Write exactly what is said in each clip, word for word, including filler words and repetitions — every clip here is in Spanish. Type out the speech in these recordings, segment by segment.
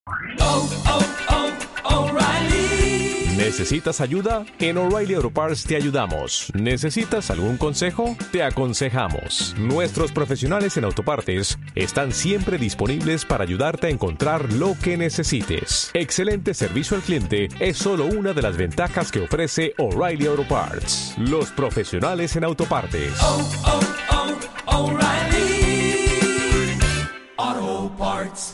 Oh, oh, oh, O'Reilly. ¿Necesitas ayuda? En O'Reilly Auto Parts te ayudamos. ¿Necesitas algún consejo? Te aconsejamos. Nuestros profesionales en autopartes están siempre disponibles para ayudarte a encontrar lo que necesites. Excelente servicio al cliente es solo una de las ventajas que ofrece O'Reilly Auto Parts. Los profesionales en autopartes. Oh, oh, oh, O'Reilly Auto Parts.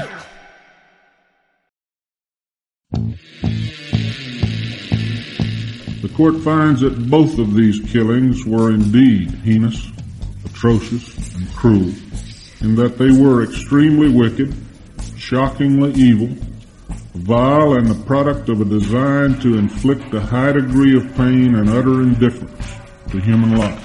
The court finds that both of these killings were indeed heinous, atrocious, and cruel, and that they were extremely wicked, shockingly evil, vile, and the product of a design to inflict a high degree of pain and utter indifference to human life.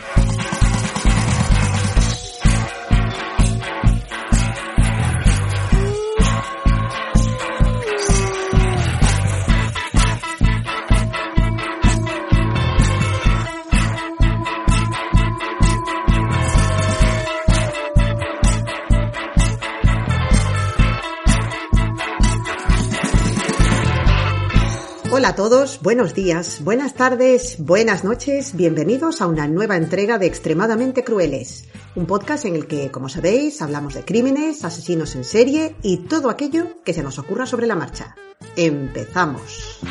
Hola a todos, buenos días, buenas tardes, buenas noches, bienvenidos a una nueva entrega de Extremadamente Crueles, un podcast en el que, como sabéis, hablamos de crímenes, asesinos en serie y todo aquello que se nos ocurra sobre la marcha. ¡Empezamos!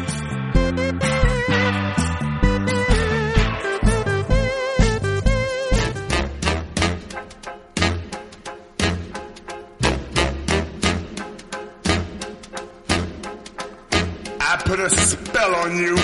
Put a spell on you.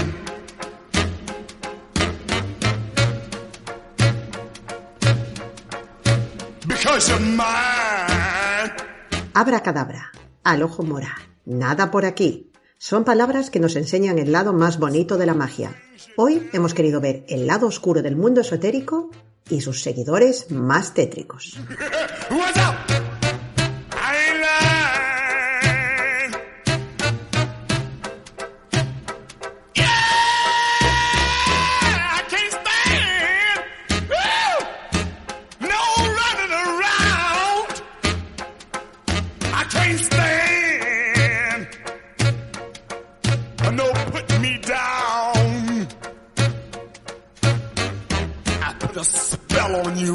Because you're mine. Abracadabra, al ojo mora, nada por aquí. Son palabras que nos enseñan el lado más bonito de la magia. Hoy hemos querido ver el lado oscuro del mundo esotérico y sus seguidores más tétricos. What's up? I ain't lying. On you.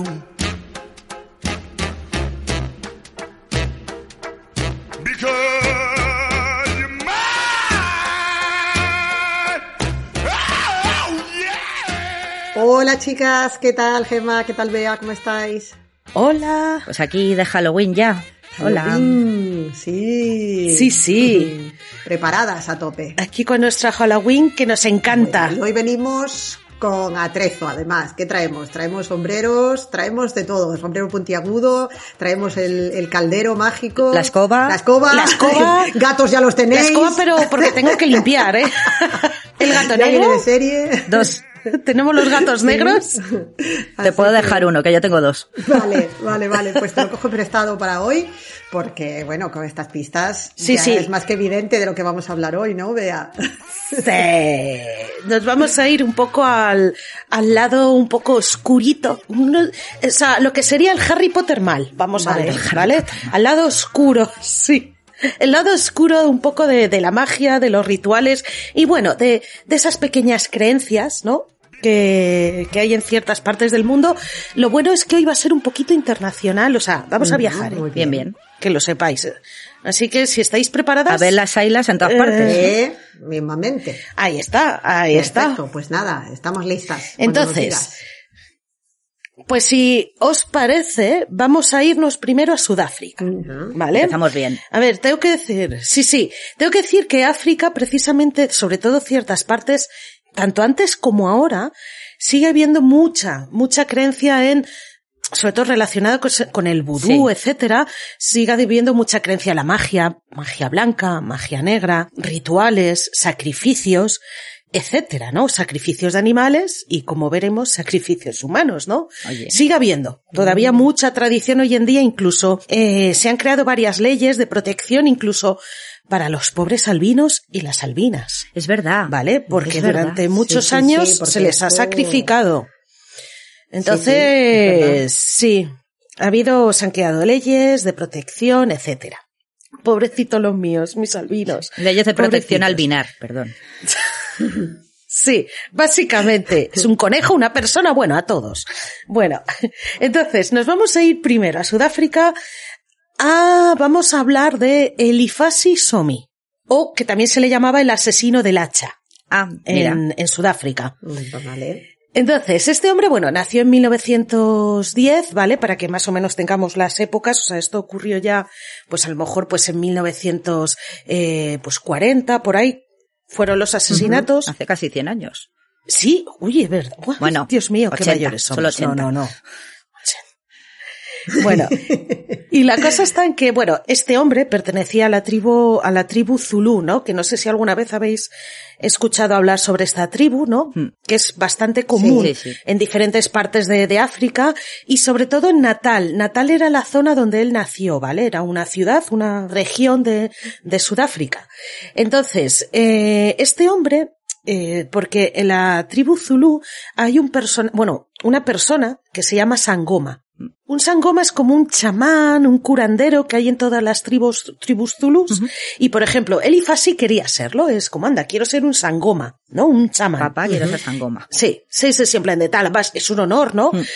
Because you're mine. Oh, yeah. Hola chicas, ¿qué tal Gemma? ¿Qué tal Bea? ¿Cómo estáis? Hola. Pues aquí de Halloween ya. Hola. Halloween, sí. Sí, sí. Preparadas a tope. Aquí con nuestra Halloween que nos encanta. Bueno, y hoy venimos con atrezo, además. ¿Qué traemos? Traemos sombreros, traemos de todo. Sombrero puntiagudo, traemos el, el caldero mágico. La escoba. La escoba. La escoba. Gatos ya los tenéis. La escoba, pero porque tengo que limpiar, ¿eh? El gato ya negro. Viene de serie. Dos. ¿Tenemos los gatos negros? Sí. Te puedo que... dejar uno, que yo tengo dos. Vale, vale, vale. Pues te lo cojo prestado para hoy, porque, bueno, con estas pistas sí, ya sí. es más que evidente de lo que vamos a hablar hoy, ¿no, Bea? Sí. Nos vamos a ir un poco al, al lado un poco oscurito. Uno, o sea, lo que sería el Harry Potter mal. Vamos vale, a ver, ¿vale? Al lado oscuro, sí. El lado oscuro un poco de, de la magia, de los rituales y bueno, de, de esas pequeñas creencias, ¿no? Que, que hay en ciertas partes del mundo. Lo bueno es que hoy va a ser un poquito internacional, o sea, vamos a viajar, ¿eh? Muy bien, bien, bien, que lo sepáis. Así que si estáis preparadas... A ver las ailas en todas eh, partes. Eh, mismamente. Ahí está, ahí Perfecto, está. Pues nada, estamos listas. Entonces, pues si os parece, vamos a irnos primero a Sudáfrica, uh-huh. ¿vale? Empezamos bien. A ver, tengo que decir, sí, sí, tengo que decir que África, precisamente, sobre todo ciertas partes, tanto antes como ahora, sigue habiendo mucha, mucha creencia en, sobre todo relacionado con, con el vudú, sí. etcétera, sigue habiendo mucha creencia en la magia, magia blanca, magia negra, rituales, sacrificios, etcétera, ¿no? Sacrificios de animales y, como veremos, sacrificios humanos, ¿no? Oye. Sigue habiendo todavía mm. mucha tradición hoy en día, incluso eh, se han creado varias leyes de protección, incluso para los pobres albinos y las albinas. Es verdad. ¿Vale? Porque es verdad. durante muchos sí, sí, años sí, se les ha esto... sacrificado. Entonces, sí, sí, ha habido, se han creado leyes de protección, etcétera. pobrecitos los míos, mis albinos. Leyes de protección Pobrecitos. albinar, perdón. Sí, básicamente es un conejo, una persona, bueno, a todos. Bueno, entonces nos vamos a ir primero a Sudáfrica. Ah, vamos a hablar de Elifasi Somi, o que también se le llamaba el asesino del hacha. Ah, mira. En, en Sudáfrica. Vale. Entonces, este hombre, bueno, nació en mil novecientos diez, ¿vale? Para que más o menos tengamos las épocas, o sea, esto ocurrió ya, pues a lo mejor, pues en mil novecientos cuarenta, por ahí, fueron los asesinatos. Uh-huh. Hace casi cien años. Sí, uy, es verdad. Uy, Bueno, Dios mío, qué ochenta, mayores somos. solo ochenta. No, no, no. Bueno, y la cosa está en que, bueno, este hombre pertenecía a la tribu, a la tribu Zulú, ¿no? Que no sé si alguna vez habéis escuchado hablar sobre esta tribu, ¿no? Hmm. Que es bastante común Sí, sí, sí. en diferentes partes de, de África y sobre todo en Natal. Natal era la zona donde él nació, ¿vale? Era una ciudad, una región de, de Sudáfrica. Entonces, eh, este hombre, eh, porque en la tribu Zulú hay un persona, bueno, una persona que se llama Sangoma. Un Sangoma es como un chamán, un curandero que hay en todas las tribus, tribus zulus. Uh-huh. Y, por ejemplo, Elifasi quería serlo. Es como, anda, quiero ser un Sangoma, ¿no? Un chamán. Papá, quiero ser Sangoma. Sí, sí, sí, siempre en de tal. Vas, es un honor, ¿no? Uh-huh.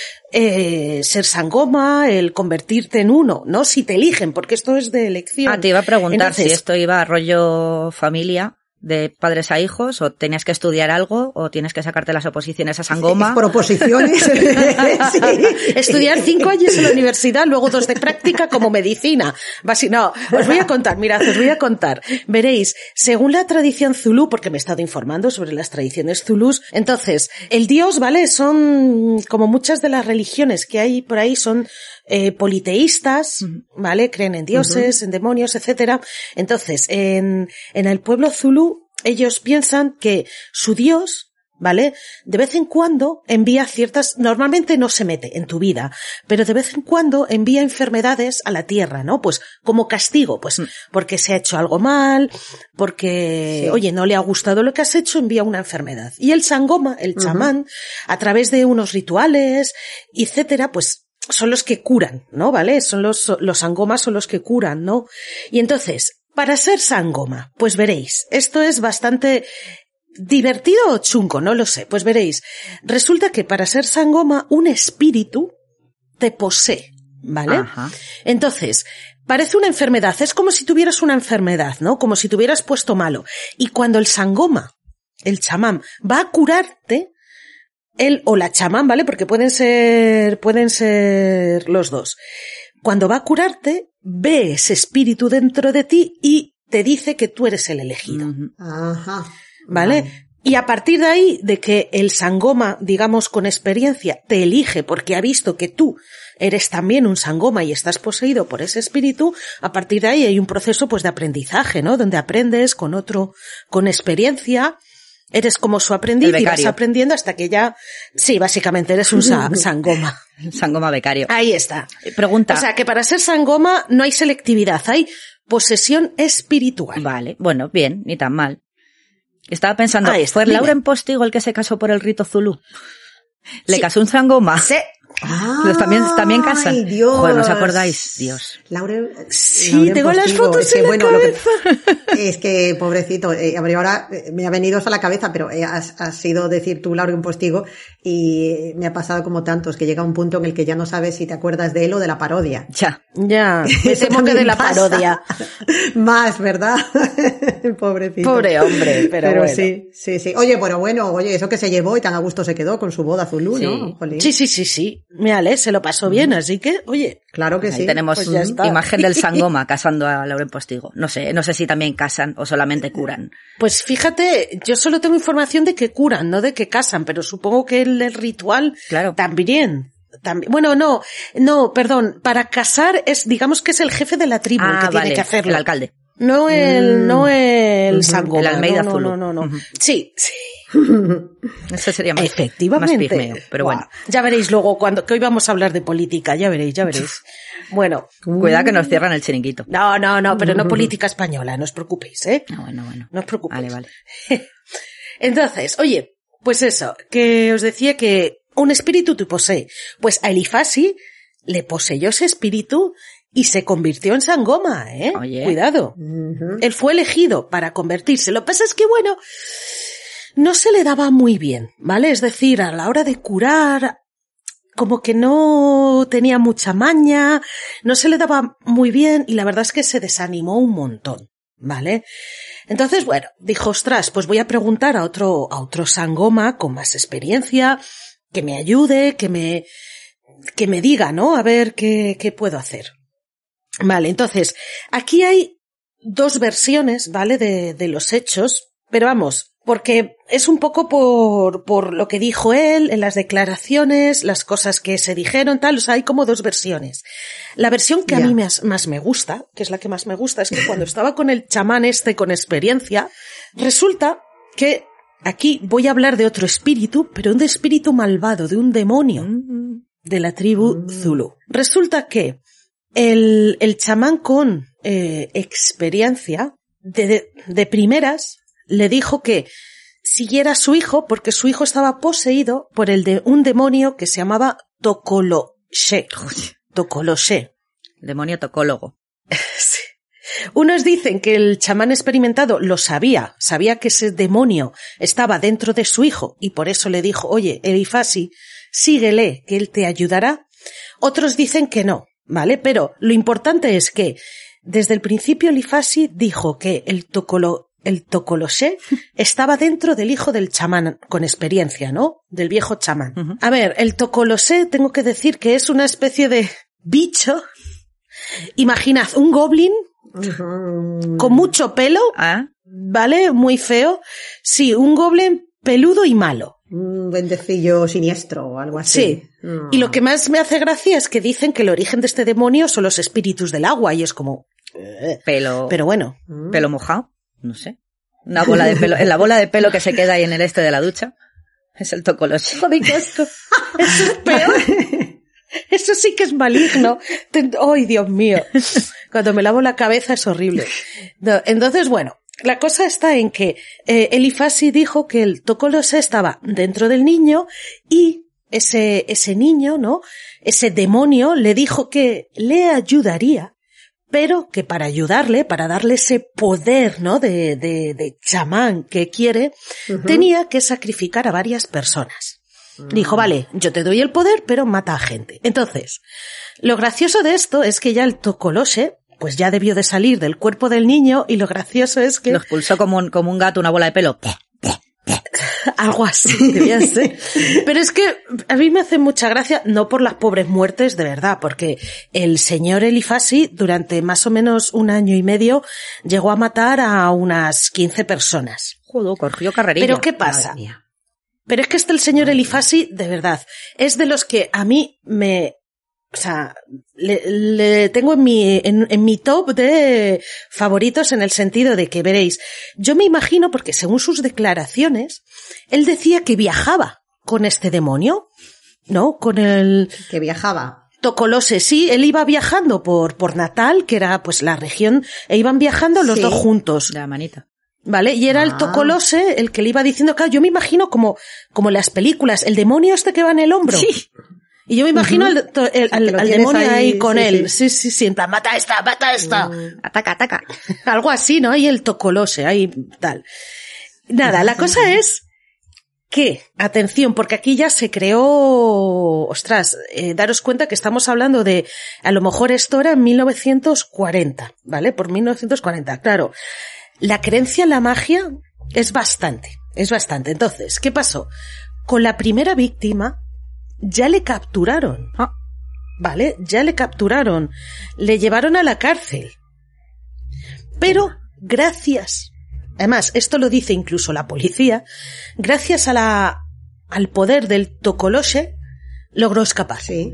Eh, ser Sangoma, el convertirte en uno, ¿no? Si te eligen, porque esto es de elección. Ah, te iba a preguntar Entonces, si esto iba a rollo familia, de padres a hijos, o tenías que estudiar algo, o tienes que sacarte las oposiciones a Sangoma. Por oposiciones. Sí. Estudiar cinco años en la universidad, luego dos de práctica como medicina. Basi- no, os voy a contar, mirad, os voy a contar. Veréis, según la tradición zulú, porque me he estado informando sobre las tradiciones zulús, entonces, el dios, ¿vale? Son, como muchas de las religiones que hay por ahí, son eh, politeístas, ¿vale? Creen en dioses, uh-huh. en demonios, etcétera. Entonces, en, en el pueblo zulú, ellos piensan que su dios, ¿vale? De vez en cuando envía ciertas, normalmente no se mete en tu vida, pero de vez en cuando envía enfermedades a la tierra, ¿no? Pues como castigo, pues porque se ha hecho algo mal, porque, sí. oye, no le ha gustado lo que has hecho, envía una enfermedad. Y el Sangoma, el chamán, uh-huh. a través de unos rituales, etcétera, pues son los que curan, ¿no? ¿Vale? Son los, los Sangomas son los que curan, ¿no? Y entonces, para ser Sangoma, pues veréis, esto es bastante divertido o chungo, no lo sé, pues veréis, resulta que para ser Sangoma un espíritu te posee, ¿vale? Ajá. Entonces, parece una enfermedad, es como si tuvieras una enfermedad, ¿no? Como si te hubieras puesto malo. Y cuando el Sangoma, el chamán, va a curarte, él o la chamán, ¿vale? Porque pueden ser, pueden ser los dos. Cuando va a curarte, ve ese espíritu dentro de ti y te dice que tú eres el elegido. Ajá. ¿Vale? Vale. Y a partir de ahí, de que el Sangoma, digamos, con experiencia, te elige porque ha visto que tú eres también un Sangoma y estás poseído por ese espíritu, a partir de ahí hay un proceso, pues, de aprendizaje, ¿no? Donde aprendes con otro, con experiencia. Eres como su aprendiz y vas aprendiendo hasta que ya, sí, básicamente eres un sa- Sangoma. Sangoma becario. Ahí está. Pregunta. O sea, que para ser Sangoma no hay selectividad, hay posesión espiritual. Vale, bueno, bien, ni tan mal. Estaba pensando, Ahí está, ¿fue dime. Lauren Postigo el que se casó por el rito zulú? ¿Le Sí. casó un Sangoma? Sí. Ah, Los también, también casan. Ay, Dios. Joder, ¿no os acordáis? Dios. Laure, Sí, Lauren tengo las Postigo. fotos Es que, en la bueno, lo que- cabeza. es que, pobrecito, eh, a ver, ahora eh, me ha venido eso a la cabeza, pero eh, has, has sido decir tú Lauren Postigo y me ha pasado como tantos, que llega un punto en el que ya no sabes si te acuerdas de él o de la parodia. Ya. Ya, me Eso temo que de también la pasa. parodia. Más, ¿verdad? Pobrecito. Pobre hombre, pero, bueno. sí, sí, sí. Oye, pero bueno, oye, eso que se llevó y tan a gusto se quedó con su boda Zulú, Sí. ¿no? Jolín. Sí, sí, sí, sí. Mírale, se lo pasó bien, así que, oye, Claro que Ahí sí. tenemos pues ya está. imagen del Sangoma casando a Lauren Postigo. No sé, no sé si también casan o solamente curan. pues fíjate, yo solo tengo información de que curan, no de que casan, pero supongo que el, el ritual Claro. también. También, bueno, no, no, perdón, para casar es, digamos que es el jefe de la tribu el que Ah, tiene vale, que hacerlo. el alcalde. No el, no el Ujú, Sangoma. el Almeida no, no, Zulú. no, no, no. Ujú. Sí, sí. Ese sería más, Efectivamente. más pigmeo, pero Buah, bueno. ya veréis luego cuando, que hoy vamos a hablar de política, ya veréis, ya veréis. Bueno. Cuidado que nos cierran el chiringuito. No, no, no, pero no política española, no os preocupéis, ¿eh? Ah, bueno, bueno. No os preocupéis. Vale, vale. Entonces, oye, pues eso, que os decía que un espíritu te posee. Pues a Elifasi le poseyó ese espíritu y se convirtió en Sangoma, ¿eh? Oye. Cuidado. Ujú. Él fue elegido para convertirse. Lo que pasa es que, bueno, no se le daba muy bien, ¿vale? Es decir, a la hora de curar, como que no tenía mucha maña, no se le daba muy bien y la verdad es que se desanimó un montón, ¿vale? Entonces, bueno, dijo, ostras, pues voy a preguntar a otro, a otro Sangoma con más experiencia, que me ayude, que me, que me diga, ¿no? A ver qué, qué puedo hacer. Vale, entonces, aquí hay dos versiones, ¿vale? De, de los hechos, pero vamos, porque es un poco por, por lo que dijo él en las declaraciones, las cosas que se dijeron, tal, o sea, hay como dos versiones. La versión que Ya. a mí más, más me gusta, que es la que más me gusta, es que cuando estaba con el chamán este con experiencia, resulta que aquí voy a hablar de otro espíritu, pero un espíritu malvado, de un demonio de la tribu Zulu. Resulta que el, el chamán con eh, experiencia, de, de, de primeras, le dijo que siguiera a su hijo porque su hijo estaba poseído por el de un demonio que se llamaba Tokoloshe. Tokoloshe. Demonio tocólogo. Sí. Unos dicen que el chamán experimentado lo sabía, sabía que ese demonio estaba dentro de su hijo y por eso le dijo, oye, Elifasi, síguele, que él te ayudará. Otros dicen que no, ¿vale? Pero lo importante es que desde el principio Elifasi dijo que el tocolo El Tokoloshe estaba dentro del hijo del chamán con experiencia, ¿no? Del viejo chamán. Uh-huh. A ver, el Tokoloshe tengo que decir que es una especie de bicho. Imaginad un goblin uh-huh. con mucho pelo, ¿Ah? ¿vale? Muy feo. Sí, un goblin peludo y malo. Un duendecillo siniestro o algo así. Sí. Mm. Y lo que más me hace gracia es que dicen que el origen de este demonio son los espíritus del agua y es como... Pelo... Pero bueno. Pelo mojado. No sé. Una bola de pelo, en la bola de pelo que se queda ahí en el este de la ducha. Es el Tokoloshe. Joder, qué asco. Eso es peor. Eso sí que es maligno. ¡Ay, Dios mío! Cuando me lavo la cabeza es horrible. Entonces, bueno, la cosa está en que eh, Elifasi dijo que el Tokoloshe estaba dentro del niño y ese, ese niño, ¿no? Ese demonio le dijo que le ayudaría, pero que para ayudarle, para darle ese poder, ¿no? De, de, de chamán que quiere, uh-huh. tenía que sacrificar a varias personas. Uh-huh. Dijo, vale, yo te doy el poder, pero mata a gente. Entonces, lo gracioso de esto es que ya el Tokoloshe, pues ya debió de salir del cuerpo del niño, y lo gracioso es que... Lo expulsó como un, como un gato, una bola de pelo. Algo así, debía ser. Pero es que a mí me hace mucha gracia, no por las pobres muertes, de verdad, porque el señor Elifasi, durante más o menos un año y medio, llegó a matar a unas quince personas. Joder, cogió carrerilla. Pero ¿qué pasa? Pero es que este el señor Elifasi, de verdad, es de los que a mí me... O sea, le, le tengo en mi, en, en mi top de favoritos en el sentido de que veréis, yo me imagino, porque según sus declaraciones, él decía que viajaba con este demonio, ¿no? Con el... Que viajaba. Tokoloshe, sí, él iba viajando por, por Natal, que era pues la región, e iban viajando los sí. dos juntos. La manita. ¿Vale? Y era ah. el Tokoloshe el que le iba diciendo, claro, yo me imagino como, como en las películas, el demonio este que va en el hombro. Sí. Y yo me imagino uh-huh. al, el, al, al demonio ahí, ahí con sí, él. Sí. sí, sí, sí, en plan, mata esta, mata esta. Uh, ataca, ataca. Algo así, ¿no? Ahí el Tokoloshe, ahí tal. Nada, la cosa es que, atención, porque aquí ya se creó, ostras, eh, daros cuenta que estamos hablando de, a lo mejor esto era en mil novecientos cuarenta, ¿vale? Por mil novecientos cuarenta, claro. La creencia en la magia es bastante, es bastante. Entonces, ¿qué pasó? Con la primera víctima, ya le capturaron, ah. ¿vale? Ya le capturaron, le llevaron a la cárcel. Pero gracias, además, esto lo dice incluso la policía, gracias a la, al poder del Tokoloshe, logró escapar. Sí.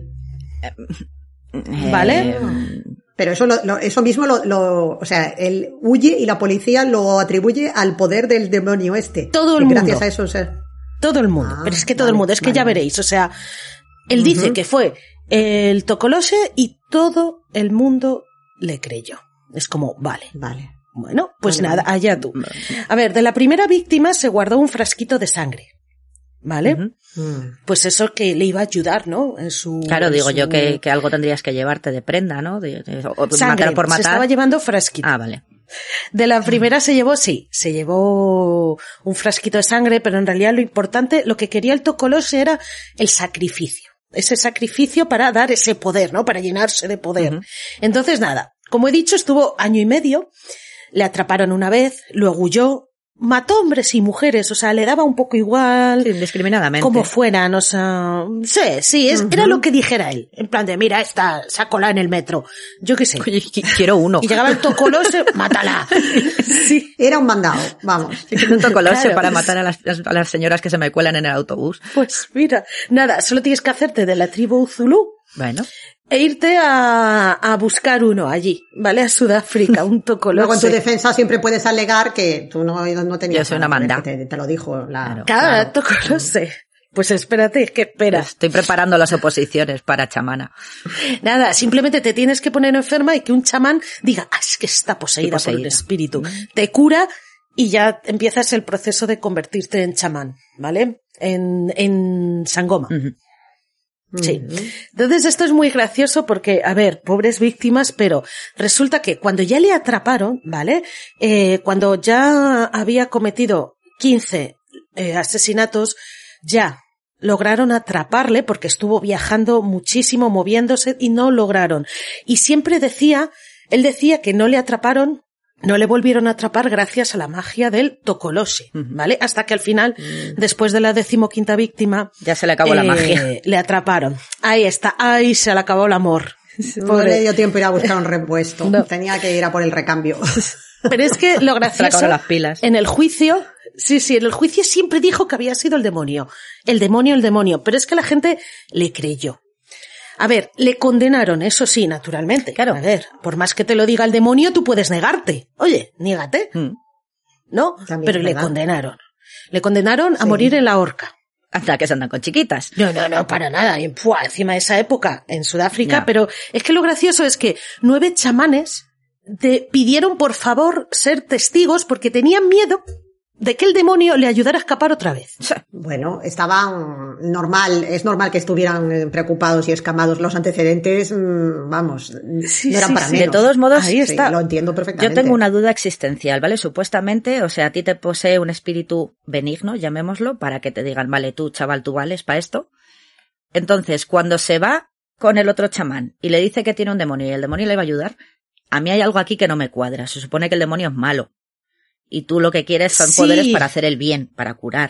¿Vale? Eh, pero eso, lo, lo, eso mismo lo, lo, o sea, él huye y la policía lo atribuye al poder del demonio este. Todo el mundo. Gracias a eso, o sea, Todo el mundo, ah, pero es que todo vale, el mundo, es que vale, ya veréis, o sea, él uh-huh. dice que fue el Tokoloshe y todo el mundo le creyó. Es como, vale, vale. Bueno, pues vale, nada, vale. allá tú. A ver, de la primera víctima se guardó un frasquito de sangre, ¿vale? Uh-huh. Pues eso que le iba a ayudar, ¿no? En su, claro, en digo su... yo que, que algo tendrías que llevarte de prenda, ¿no? De, de, o Sangre, matar por matar. se estaba llevando frasquito. Ah, vale. De la primera se llevó, sí, se llevó un frasquito de sangre, pero en realidad lo importante, lo que quería el Tokolose era el sacrificio. Ese sacrificio para dar ese poder, ¿no? Para llenarse de poder. Uh-huh. Entonces, nada, como he dicho, estuvo año y medio, le atraparon una vez, luego huyó, mató hombres y mujeres, o sea, le daba un poco igual. Sí, indiscriminadamente. Como fueran, o sea, sí, sí, es, uh-huh. era lo que dijera él. En plan de, mira, esta se ha colado en el metro. Yo qué sé. Oye, quiero uno. Y llegaba el Tokolose, mátala. Sí. Era un mandado, vamos. Un Tokolose Claro. para matar a las, a las señoras que se me cuelan en el autobús. Pues mira, nada, solo tienes que hacerte de la tribu Zulu. Bueno. E irte a, a buscar uno allí, ¿vale? A Sudáfrica, un Tokolose. Luego en tu defensa siempre puedes alegar que tú no, no tenías... Yo soy una manda. Te, te lo dijo la... Claro. Cada Tokolose. Pues espérate, que espera. Estoy preparando las oposiciones para chamana. Nada, simplemente te tienes que poner enferma y que un chamán diga, ah, es que está poseída, poseída. por un espíritu. Te cura y ya empiezas el proceso de convertirte en chamán, ¿vale? En, en Sangoma. Uh-huh. Sí. Entonces esto es muy gracioso porque, a ver, pobres víctimas, pero resulta que cuando ya le atraparon, ¿vale? Eh, cuando ya había cometido quince eh, asesinatos, ya lograron atraparle porque estuvo viajando muchísimo, moviéndose y no lograron. Y siempre decía, él decía que no le atraparon, no le volvieron a atrapar gracias a la magia del Tokolose, ¿vale? Hasta que al final, mm. después de la decimoquinta víctima... Ya se le acabó eh, la magia. Le atraparon. Ahí está, ahí se le acabó el amor. No le dio tiempo ir a buscar un repuesto. No. Tenía que ir a por el recambio. Pero es que lo gracioso, las pilas. en el juicio, sí, sí, en el juicio siempre dijo que había sido el demonio. El demonio, el demonio. Pero es que la gente le creyó. A ver, le condenaron, eso sí, naturalmente. Claro. A ver, por más que te lo diga el demonio, tú puedes negarte. Oye, niégate. Mm. ¿No? También, Pero le ¿verdad? condenaron. Le condenaron a Sí. morir en la horca. Hasta que se andan con chiquitas. No, no, no, para nada. Y, ¡pua! Encima de esa época, en Sudáfrica. Ya. Pero es que lo gracioso es que nueve chamanes te pidieron por favor ser testigos porque tenían miedo de que el demonio le ayudara a escapar otra vez. Bueno, estaban normal, es normal que estuvieran eh, preocupados y escamados los antecedentes, mmm, vamos, Sí, no eran sí, para sí. menos. De todos modos, Ahí está. Sí, lo entiendo yo perfectamente. tengo una duda existencial, ¿vale? Supuestamente, o sea, a ti te posee un espíritu benigno, llamémoslo, para que te digan, vale, tú, chaval, tú vales para esto. Entonces, cuando se va con el otro chamán y le dice que tiene un demonio y el demonio le va a ayudar, a mí hay algo aquí que no me cuadra. Se supone que el demonio es malo. Y tú lo que quieres son Sí. poderes para hacer el bien, para curar.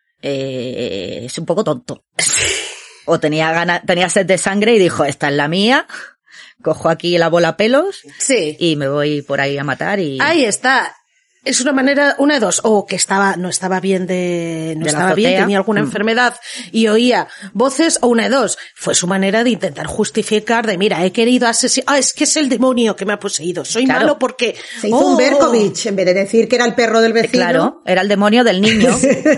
Eh, es un poco tonto. O tenía ganas, tenía sed de sangre y dijo, esta es la mía, cojo aquí la bola pelos Sí. y me voy por ahí a matar y... Ahí está. Es una manera, una de dos, o que estaba, no estaba bien de, no De la estaba bien, azotea. tenía alguna Mm. enfermedad y oía voces, o una de dos. Fue su manera de intentar justificar de, mira, he querido asesinar, ah, es que es el demonio que me ha poseído, soy Claro. malo porque... Se hizo ¡Oh! un Berkovich, en vez de decir que era el perro del vecino. Claro, era el demonio del niño.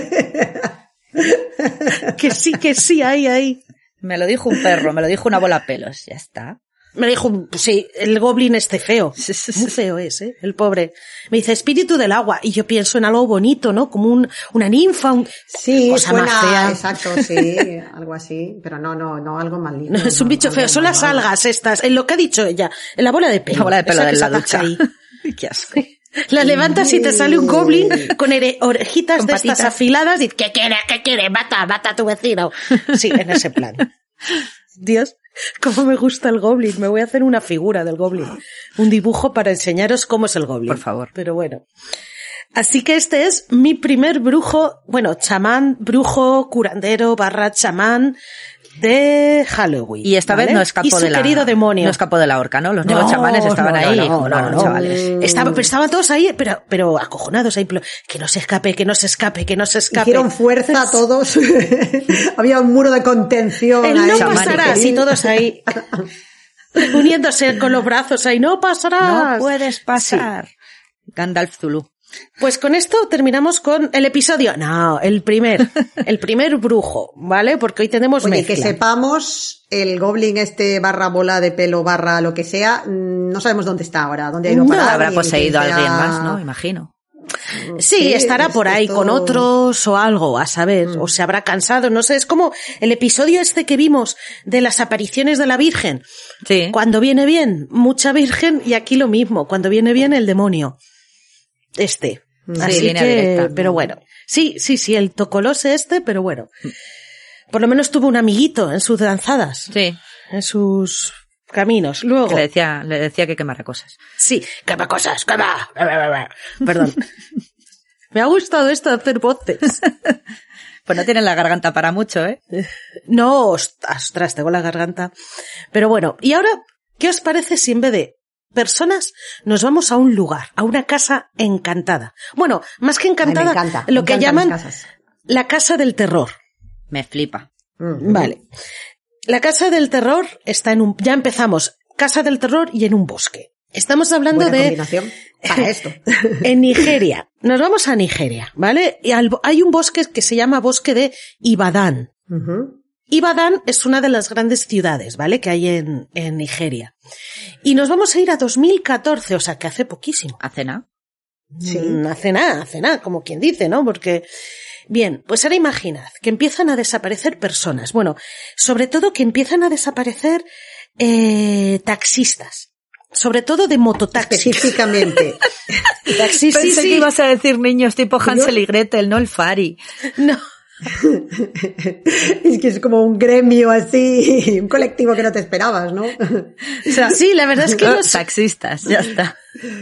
Que sí, que sí, ahí, ahí. Me lo dijo un perro, me lo dijo una bola pelos, ya está. Me dijo, pues sí, el goblin este feo. Muy feo es, ¿eh? El pobre. Me dice, espíritu del agua. Y yo pienso en algo bonito, ¿no? Como un, una ninfa, un... Sí, cosa suena, más fea. exacto, sí, algo así, pero no, no, no, algo más lindo. No, es un bicho algo feo, son las malvado. algas estas, en lo que ha dicho ella, en la bola de pelo. La bola de pelo esa de que la se ducha. ataca ahí. Qué asco. La levantas y te sale un goblin con ere- orejitas Con de estas patitas. afiladas y ¿qué quieres? ¿Qué quieres? Mata, mata a tu vecino. Sí, en ese plan. Dios, cómo me gusta el goblin. Me voy a hacer una figura del goblin. Un dibujo para enseñaros cómo es el goblin. Por favor. Pero bueno. Así que este es mi primer brujo, bueno, chamán, brujo, curandero, barra chamán de Halloween. Y esta ¿vale? vez no escapó y su de la... querido demonio. No escapó de la horca, ¿no? Los nuevos No, chamanes estaban no, ahí. no, como, no, no, no. chavales. Estaba, pero estaban todos ahí, pero, pero acojonados ahí. pero, Que no se escape, que no se escape, que no se escape. Hicieron fuerza todos. Había un muro de contención. Él no ahí. pasará, y todos ahí. Uniéndose con los brazos ahí, no pasarás. No puedes pasar. Gandalf Zulu. Pues con esto terminamos con el episodio. No, el primer, el primer brujo, ¿vale? Porque hoy tenemos Oye, mezcla. que sepamos, el goblin este barra bola de pelo barra lo que sea, mm, no sabemos dónde está ahora, dónde ha ido a No, parar. Habrá ni poseído a quién alguien sea- más, ¿no? Imagino. Sí, Sí, estará es por ahí esto- con otros o algo, a saber, Mm. o se habrá cansado, no sé, es como el episodio este que vimos de las apariciones de la Virgen. Sí. Cuando viene bien, mucha Virgen, y aquí lo mismo, cuando viene bien el demonio. Este. Sí, Así línea que, directa. pero bueno. Sí, sí, sí, el tocolose este, pero bueno. Por lo menos tuvo un amiguito en sus danzadas, Sí. en sus caminos. Luego, Que le decía, le decía que quemara cosas. sí, quema cosas, quema. Perdón. Me ha gustado esto de hacer voces. Pues no tienen la garganta para mucho, ¿eh? No, ostras, ostras, tengo la garganta. Pero bueno, y ahora, ¿qué os parece si en vez de personas nos vamos a un lugar, a una casa encantada? Bueno, más que Ay, encantada, me encanta. lo me que encantan llaman las casas. la casa del terror. Me flipa. Mm. Vale. La casa del terror está en un... Ya empezamos. Casa del terror y en un bosque. Estamos hablando Buena de... combinación para esto. En Nigeria. Nos vamos a Nigeria, ¿vale? Y al- hay un bosque que se llama Bosque de Ibadan. Ujú. Ibadan es una de las grandes ciudades, ¿vale? Que hay en, en Nigeria. Y nos vamos a ir a dos mil catorce, o sea, que hace poquísimo. ¿A cena? Sí. Mm, hace nada, hace nada, como quien dice, ¿no? Porque, bien, pues ahora imaginad que empiezan a desaparecer personas. Bueno, sobre todo que empiezan a desaparecer eh, taxistas. Sobre todo de mototaxis. Específicamente. Taxis, sí, Pensé sí. que ibas a decir niños tipo Hansel Yo- y Gretel, no el Fari. No. Es que es como un gremio así, un colectivo que no te esperabas, ¿no? O sea, sí, la verdad es que los, Taxistas, ya está.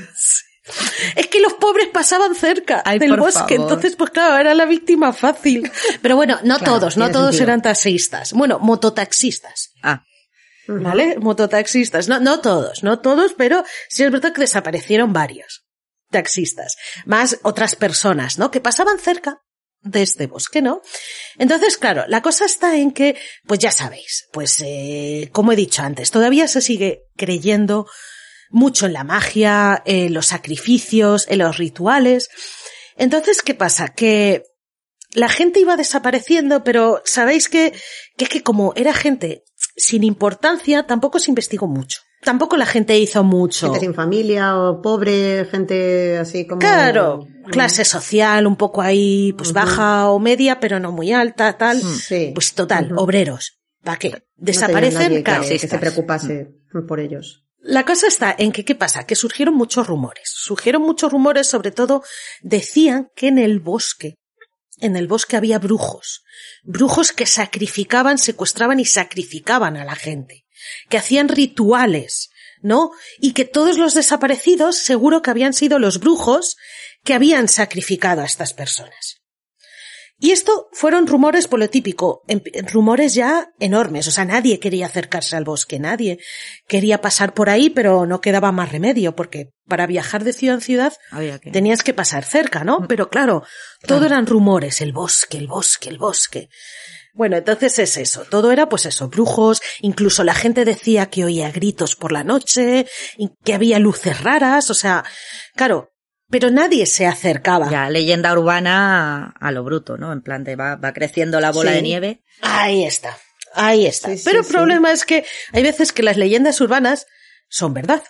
es que los pobres pasaban cerca Ay, del por bosque, favor. entonces pues claro, era la víctima fácil. Pero bueno, no Claro, todos, no tiene todos sentido. eran taxistas. Bueno, mototaxistas. Ah, ¿Vale? Mototaxistas. No, no todos, no todos, pero sí es verdad que desaparecieron varios taxistas. Más otras personas, ¿no? Que pasaban cerca de este bosque, ¿no? Entonces, claro, la cosa está en que, pues ya sabéis, pues eh, como he dicho antes, todavía se sigue creyendo mucho en la magia, en los sacrificios, en los rituales. Entonces, ¿qué pasa? Que la gente iba desapareciendo, pero sabéis que, que es que como era gente sin importancia, tampoco se investigó mucho. Tampoco la gente hizo mucho. Gente sin familia o pobre, gente así como... Claro, clase social un poco ahí, pues Ujú. baja o media, pero no muy alta, tal. Sí. Pues total, Ujú. obreros. ¿Para qué? No tenía Desaparecen, nadie que, claro. que se preocupase por ellos. La cosa está en que, ¿qué pasa? Que surgieron muchos rumores. Surgieron muchos rumores, sobre todo, decían que en el bosque, en el bosque había brujos. Brujos que sacrificaban, secuestraban y sacrificaban a la gente. Que hacían rituales, ¿no? Y que todos los desaparecidos seguro que habían sido los brujos que habían sacrificado a estas personas. Y esto fueron rumores por lo típico, em- rumores ya enormes, o sea, nadie quería acercarse al bosque, nadie quería pasar por ahí, pero no quedaba más remedio, porque para viajar de ciudad en ciudad había que... tenías que pasar cerca, ¿no? Pero claro, todo eran rumores, el bosque, el bosque, el bosque. Bueno, entonces es eso, todo era pues eso, brujos, incluso la gente decía que oía gritos por la noche, y que había luces raras, o sea, claro, pero nadie se acercaba. Ya, leyenda urbana a, a lo bruto, ¿no? En plan de va, va creciendo la bola Sí. de nieve. Ahí está, ahí está. Sí, sí, Pero el sí. problema es que hay veces que las leyendas urbanas son verdad.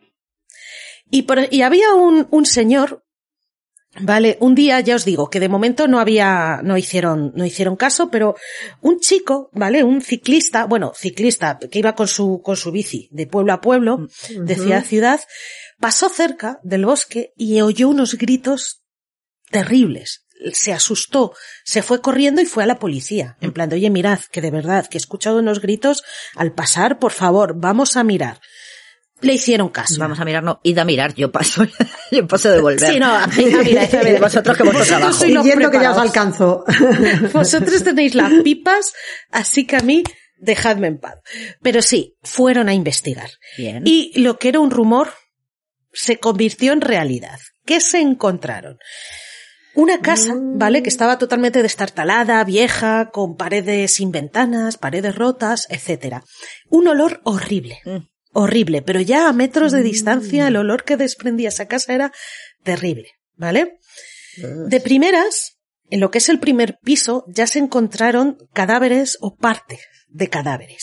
Y, por, y había un, un señor, vale, un día ya os digo que de momento no había, no hicieron, no hicieron caso, pero un chico, vale, un ciclista, bueno, ciclista que iba con su, con su bici de pueblo a pueblo, de ciudad a ciudad, pasó cerca del bosque y oyó unos gritos terribles. Se asustó, se fue corriendo y fue a la policía. En plan de, oye, mirad, que de verdad, que he escuchado unos gritos al pasar, por favor, vamos a mirar. Le hicieron caso. Vamos a mirar, no, id a mirar, yo paso, yo paso de volver. Sí, no, a mí, a mí, a mí, a mí. Vosotros que vuestro trabajo. sois los Siguiendo que ya os preparados. alcanzo. Vosotros tenéis las pipas, así que a mí, dejadme en paz. Pero sí, fueron a investigar. Bien. Y lo que era un rumor se convirtió en realidad. ¿Qué se encontraron? Una casa, ¿vale? Que estaba totalmente destartalada, vieja, con paredes sin ventanas, paredes rotas, etcétera. Un olor horrible. Mm. Horrible, pero ya a metros de distancia el olor que desprendía esa casa era terrible, ¿vale? De primeras, en lo que es el primer piso, ya se encontraron cadáveres o partes de cadáveres,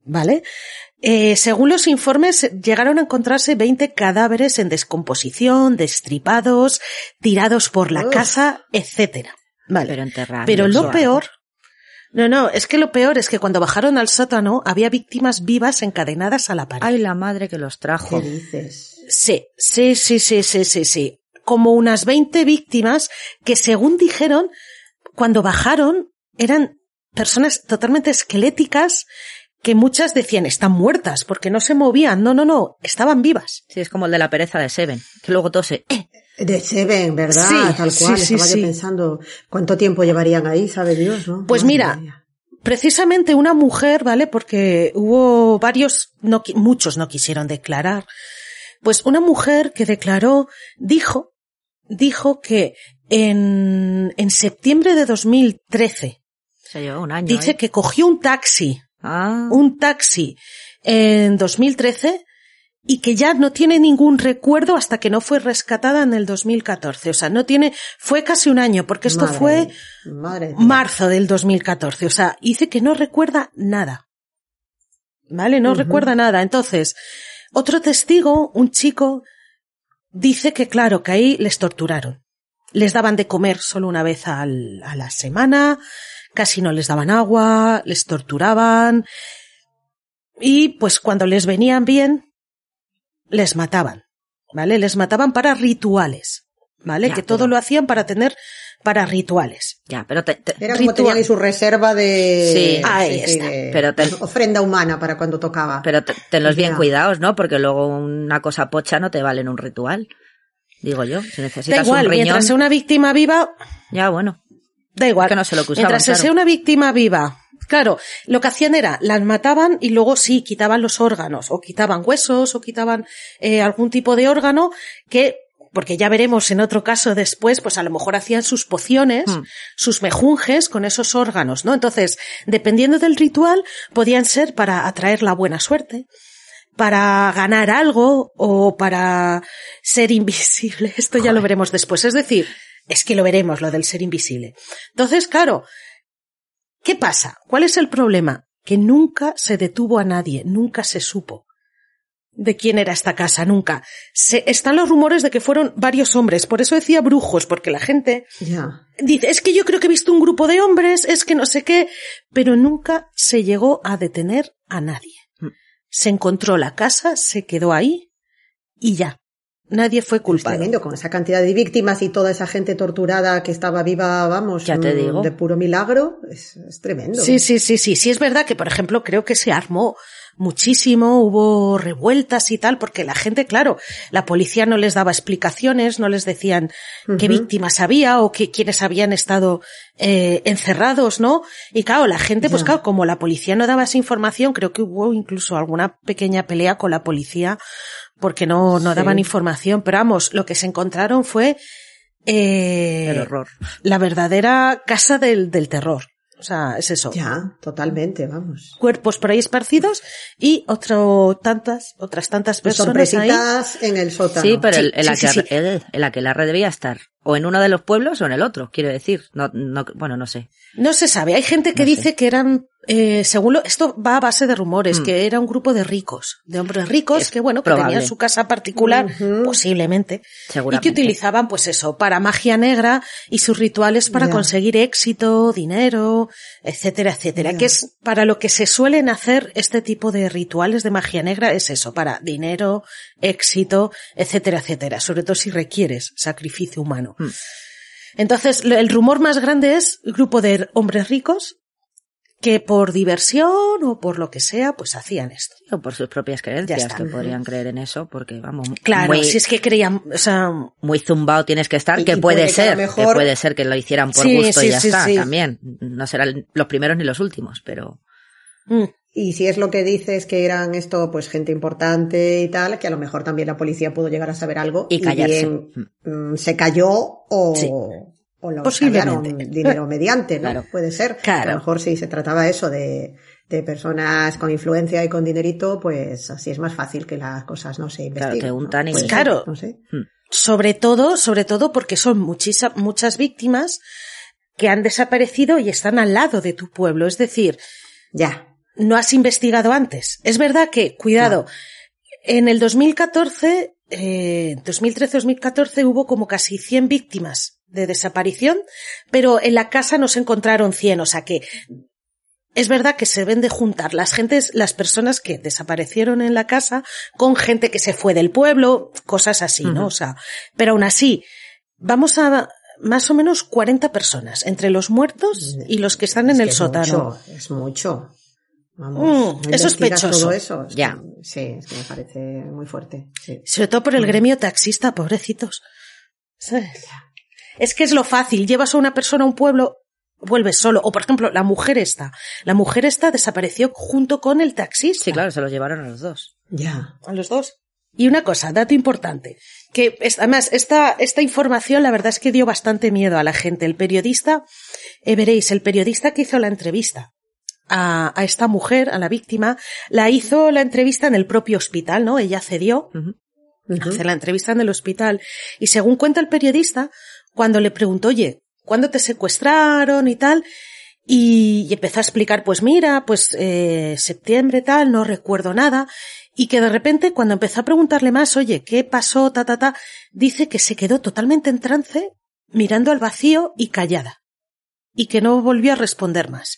¿vale? Eh, según los informes, llegaron a encontrarse veinte cadáveres en descomposición, destripados, tirados por la Uf. casa, etcétera. Vale. Pero enterrados. Pero lo Suave. peor, no, no, es que lo peor es que cuando bajaron al sótano había víctimas vivas encadenadas a la pared. Ay, la madre que los trajo. ¿Qué dices? Sí, sí, sí, sí, sí, sí, sí. Como unas veinte víctimas que, según dijeron, cuando bajaron eran personas totalmente esqueléticas que muchas decían están muertas porque no se movían. No, no, no, estaban vivas. Sí, es como el de la pereza de Seven, que luego todo se... Eh, De Seven, ¿verdad? Sí, Tal cual. sí, sí, Estaba yo sí. pensando cuánto tiempo llevarían ahí, sabe Dios, ¿no? Pues Madre mira, mía. precisamente una mujer, ¿vale? Porque hubo varios, no, qui- muchos no quisieron declarar. Pues una mujer que declaró dijo, dijo que en, en septiembre de dos mil trece, se llevó un año. dice ¿eh? que cogió un taxi, Ah, un taxi en dos mil trece y que ya no tiene ningún recuerdo hasta que no fue rescatada en el dos mil catorce. O sea, no tiene, fue casi un año, porque esto Madre- fue madre mía. marzo del dos mil catorce. O sea, dice que no recuerda nada. ¿Vale? No Ujú. recuerda nada. Entonces, otro testigo, un chico, dice que claro, que ahí les torturaron. Les daban de comer solo una vez al, a la semana, casi no les daban agua, les torturaban y pues cuando les venían bien, les mataban, ¿vale? Les mataban para rituales, ¿vale? Ya, que todo pero- lo hacían para tener, para rituales. ya, pero te, te- Era como Ritual. tenían ahí su reserva de, Sí. Ahí sí, sí, está. de Pero te- ofrenda humana para cuando tocaba. pero te- tenlos bien Ya. cuidados, ¿no? Porque luego una cosa pocha no te vale en un ritual. Digo yo, si necesitas Da igual, un riñón... mientras sea una víctima viva, Ya, bueno. da igual. Que no sé lo que usaban, Mientras claro. sea una víctima viva. Claro, lo que hacían era, las mataban y luego sí, quitaban los órganos, o quitaban huesos, o quitaban eh, algún tipo de órgano que, porque ya veremos en otro caso después, pues a lo mejor hacían sus pociones, Hmm. sus mejunjes con esos órganos, ¿no? Entonces, dependiendo del ritual, podían ser para atraer la buena suerte, para ganar algo o para ser invisible. Esto ya lo veremos después. Es decir, es que lo veremos, lo del ser invisible. Entonces, claro, ¿qué pasa? ¿Cuál es el problema? Que nunca se detuvo a nadie, nunca se supo de quién era esta casa, nunca. Se, están los rumores de que fueron varios hombres, por eso decía brujos, porque la gente Ya. dice, es que yo creo que he visto un grupo de hombres, es que no sé qué, pero nunca se llegó a detener a nadie. Se encontró la casa, se quedó ahí y ya. Nadie fue Es culpado. tremendo, con esa cantidad de víctimas y toda esa gente torturada que estaba viva, vamos, Ya te mm, digo. de puro milagro, es, es tremendo. Sí, sí, sí, sí. Sí es verdad que, por ejemplo, creo que se armó muchísimo, hubo revueltas y tal, porque la gente, claro, la policía no les daba explicaciones, no les decían qué Ujú. víctimas había o que, quiénes habían estado eh, encerrados, ¿no? Y claro, la gente, pues Ya. claro, como la policía no daba esa información, creo que hubo incluso alguna pequeña pelea con la policía porque no, no Sí. daban información, pero vamos, lo que se encontraron fue eh, El horror. la verdadera casa del, del terror. O sea, es eso. Ya, totalmente, vamos. Cuerpos por ahí esparcidos y otro tantas, otras tantas Pues personas ahí. sorpresitas en el sótano. Sí, pero Sí, el, el, sí, sí, aquel- sí. el- el aquelarre debía estar o en uno de los pueblos o en el otro, quiero decir. No, no, bueno, no sé. No se sabe. Hay gente que No sé. dice que eran, eh, según lo, esto va a base de rumores, Mm. que era un grupo de ricos, de hombres ricos Es que bueno, que probable. tenían su casa particular, Ujú. posiblemente, y Seguramente. que utilizaban pues eso, para magia negra y sus rituales para Ya. conseguir éxito, dinero, etcétera, etcétera. Ya. Que es para lo que se suelen hacer este tipo de rituales de magia negra, es eso, para dinero, éxito, etcétera, etcétera. Sobre todo si requieres sacrificio humano. Mm. Entonces, lo- el rumor más grande es el grupo de hombres ricos que por diversión o por lo que sea, pues hacían esto. O por sus propias creencias, está. que podrían creer en eso, porque vamos, Claro, muy, si es que creían, o sea, muy zumbado tienes que estar, Y- que y puede puede que a ser, lo que mejor- puede ser que lo hicieran por Sí, gusto sí, y ya sí, está, sí. también. No serán los primeros ni los últimos, pero... mm, Y si es lo que dices, que eran esto, pues gente importante y tal, que a lo mejor también la policía pudo llegar a saber algo Y callarse. bien mm, se cayó o, Sí. o lo Posiblemente. callaron dinero mediante, ¿no? Claro. Puede ser. Claro. A lo mejor si se trataba eso de, de personas con influencia y con dinerito, pues así es más fácil que las cosas no se investiguen. que ¿no? untan y- Puede Pues ser, claro. No sé. sobre todo, sobre todo porque son muchisa- muchas víctimas que han desaparecido y están al lado de tu pueblo. Es decir, Ya. no has investigado antes. Es verdad que, cuidado, claro. en el dos mil catorce, eh, dos mil trece dos mil catorce hubo como casi cien víctimas de desaparición, pero en la casa no se encontraron cien, o sea que es verdad que se deben de juntar las gentes, las personas que desaparecieron en la casa con gente que se fue del pueblo, cosas así, ¿no? Uh-huh. O sea, pero aún así, vamos a más o menos cuarenta personas, entre los muertos y los que están en es el es sótano. Mucho, es mucho. Vamos, mm, es sospechoso. Todo eso. Es ya. Que, sí, es que me parece muy fuerte. Sí. Sobre todo por el gremio taxista, pobrecitos. ¿Sabes? Es que es lo fácil. Llevas a una persona a un pueblo, vuelves solo. O, por ejemplo, la mujer esta. La mujer esta desapareció junto con el taxista. Sí, claro, se los llevaron a los dos. Ya. A los dos. Y una cosa, dato importante. Que, además, esta, esta información la verdad es que dio bastante miedo a la gente. El periodista, eh, veréis, el periodista que hizo la entrevista a, a esta mujer, a la víctima, la hizo la entrevista en el propio hospital, ¿no? Ella cedió Uh-huh. a hacer la entrevista en el hospital. Y según cuenta el periodista, cuando le preguntó, oye, ¿cuándo te secuestraron y tal? Y, y empezó a explicar, pues mira, pues eh, septiembre tal, no recuerdo nada. Y que de repente, cuando empezó a preguntarle más, oye, ¿qué pasó? Ta, ta, ta, dice que se quedó totalmente en trance, mirando al vacío y callada. Y que no volvió a responder más.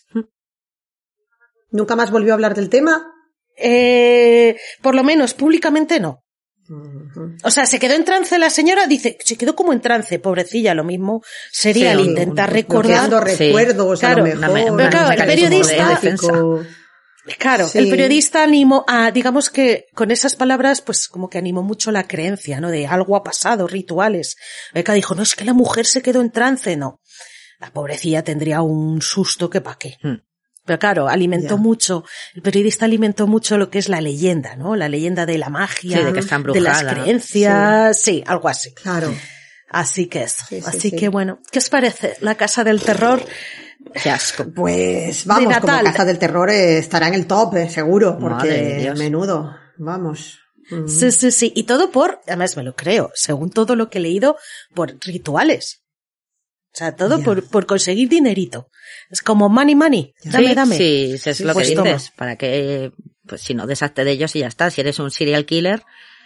¿Nunca más volvió a hablar del tema? Eh, por lo menos públicamente no. O sea, se quedó en trance la señora, dice, se quedó como en trance, pobrecilla, lo mismo sería sí, el intentar recordar. Sí. recuerdos, claro, a lo mejor. Una, una, claro, el periodista, claro, sí. el periodista animó a, digamos que con esas palabras, pues como que animó mucho la creencia, ¿no? De algo ha pasado, rituales. Beca dijo, no, es que la mujer se quedó en trance, no. La pobrecilla tendría un susto que pa' qué. Hmm. Pero claro, alimentó yeah. mucho, el periodista alimentó mucho lo que es la leyenda, ¿no? La leyenda de la magia, sí, de, que está embrujada, de las creencias, sí. sí, algo así. Claro. Así que eso. Sí, sí, así sí. que bueno, ¿qué os parece la Casa del Terror? Qué asco. Pues vamos, de como Casa del Terror eh, estará en el top, eh, seguro, porque menudo, vamos. Mm. Sí, sí, sí, y todo por, además me lo creo, según todo lo que he leído, por rituales. O sea, todo yeah. por, por conseguir dinerito. Es como money, money. Dame, sí, dame. Sí, eso es sí, lo pues que dices. toma. Para que, pues si no, deshazte de ellos y ya está. Si eres un serial killer,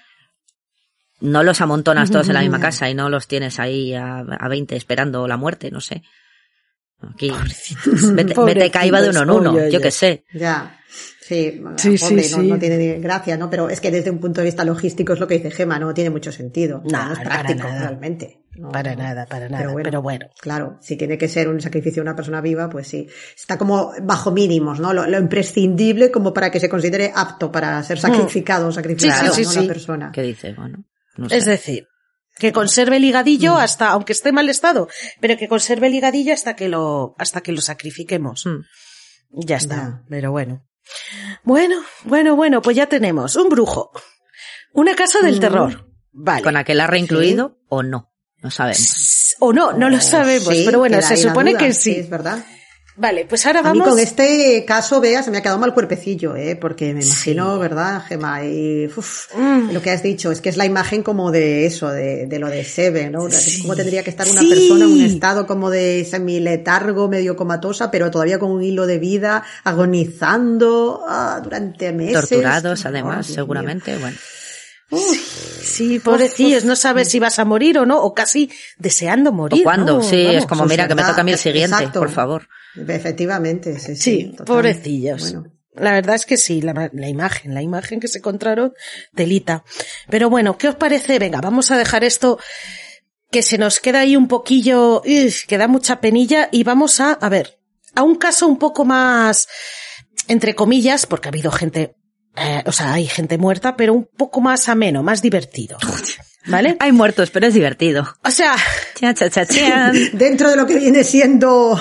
no los amontonas todos en la misma casa y no los tienes ahí a, a veinte esperando la muerte, no sé. Aquí, vete, vete caiba de uno en uno, oye, yo qué sé. Ya. Sí, sí, pobre, sí, no, sí. no tiene gracia, ¿no? Pero es que desde un punto de vista logístico es lo que dice Gemma, no tiene mucho sentido. No, no es práctico realmente. No, para nada, para nada. Pero bueno, pero bueno. Claro, si tiene que ser un sacrificio de una persona viva, pues sí. Está como bajo mínimos, ¿no? Lo, lo imprescindible como para que se considere apto para ser sacrificado o sacrificado, sí, sí, sí, ¿no? sí. La persona. ¿Qué dice? Bueno, no sé. Es decir, que conserve el higadillo mm. hasta, aunque esté en mal estado, pero que conserve el higadillo hasta que lo, hasta que lo sacrifiquemos. Mm. Ya está. Ya. Pero bueno. Bueno, bueno, bueno, pues ya tenemos un brujo, una casa del mm. terror. Vale. ¿Con aquelarre incluido sí. o no? No sabemos. O no, no lo sabemos, sí, pero bueno, se supone que sí. Sí, es verdad. Vale, pues ahora vamos... A mí con este caso, Bea, se me ha quedado mal cuerpecillo, ¿eh? Porque me imagino, sí. ¿verdad, Gemma? Y uf, mm. lo que has dicho es que es la imagen como de eso, de, de lo de Seven, ¿no? Sí. Cómo tendría que estar una sí. persona en un estado como de semiletargo, medio comatosa, pero todavía con un hilo de vida, agonizando ah, durante meses. Torturados, además, oh, seguramente, bueno. Uf, sí, pobrecillos, no sabes si vas a morir o no, o casi deseando morir. ¿O cuándo? ¿no? Sí, Vamos, es como, mira, que me toca a mí el siguiente, exacto. por favor. Efectivamente, sí, sí. Sí, pobrecillos. Bueno. La verdad es que sí, la, la imagen, la imagen que se encontraron, telita. Pero bueno, ¿qué os parece? Venga, vamos a dejar esto que se nos queda ahí un poquillo, uf, que da mucha penilla, y vamos a, a ver, a un caso un poco más, entre comillas, porque ha habido gente... Eh, o sea, hay gente muerta, pero un poco más ameno, más divertido. ¿Vale? Hay muertos, pero es divertido. O sea... Cha, cha, cha, cha. Dentro de lo que viene siendo...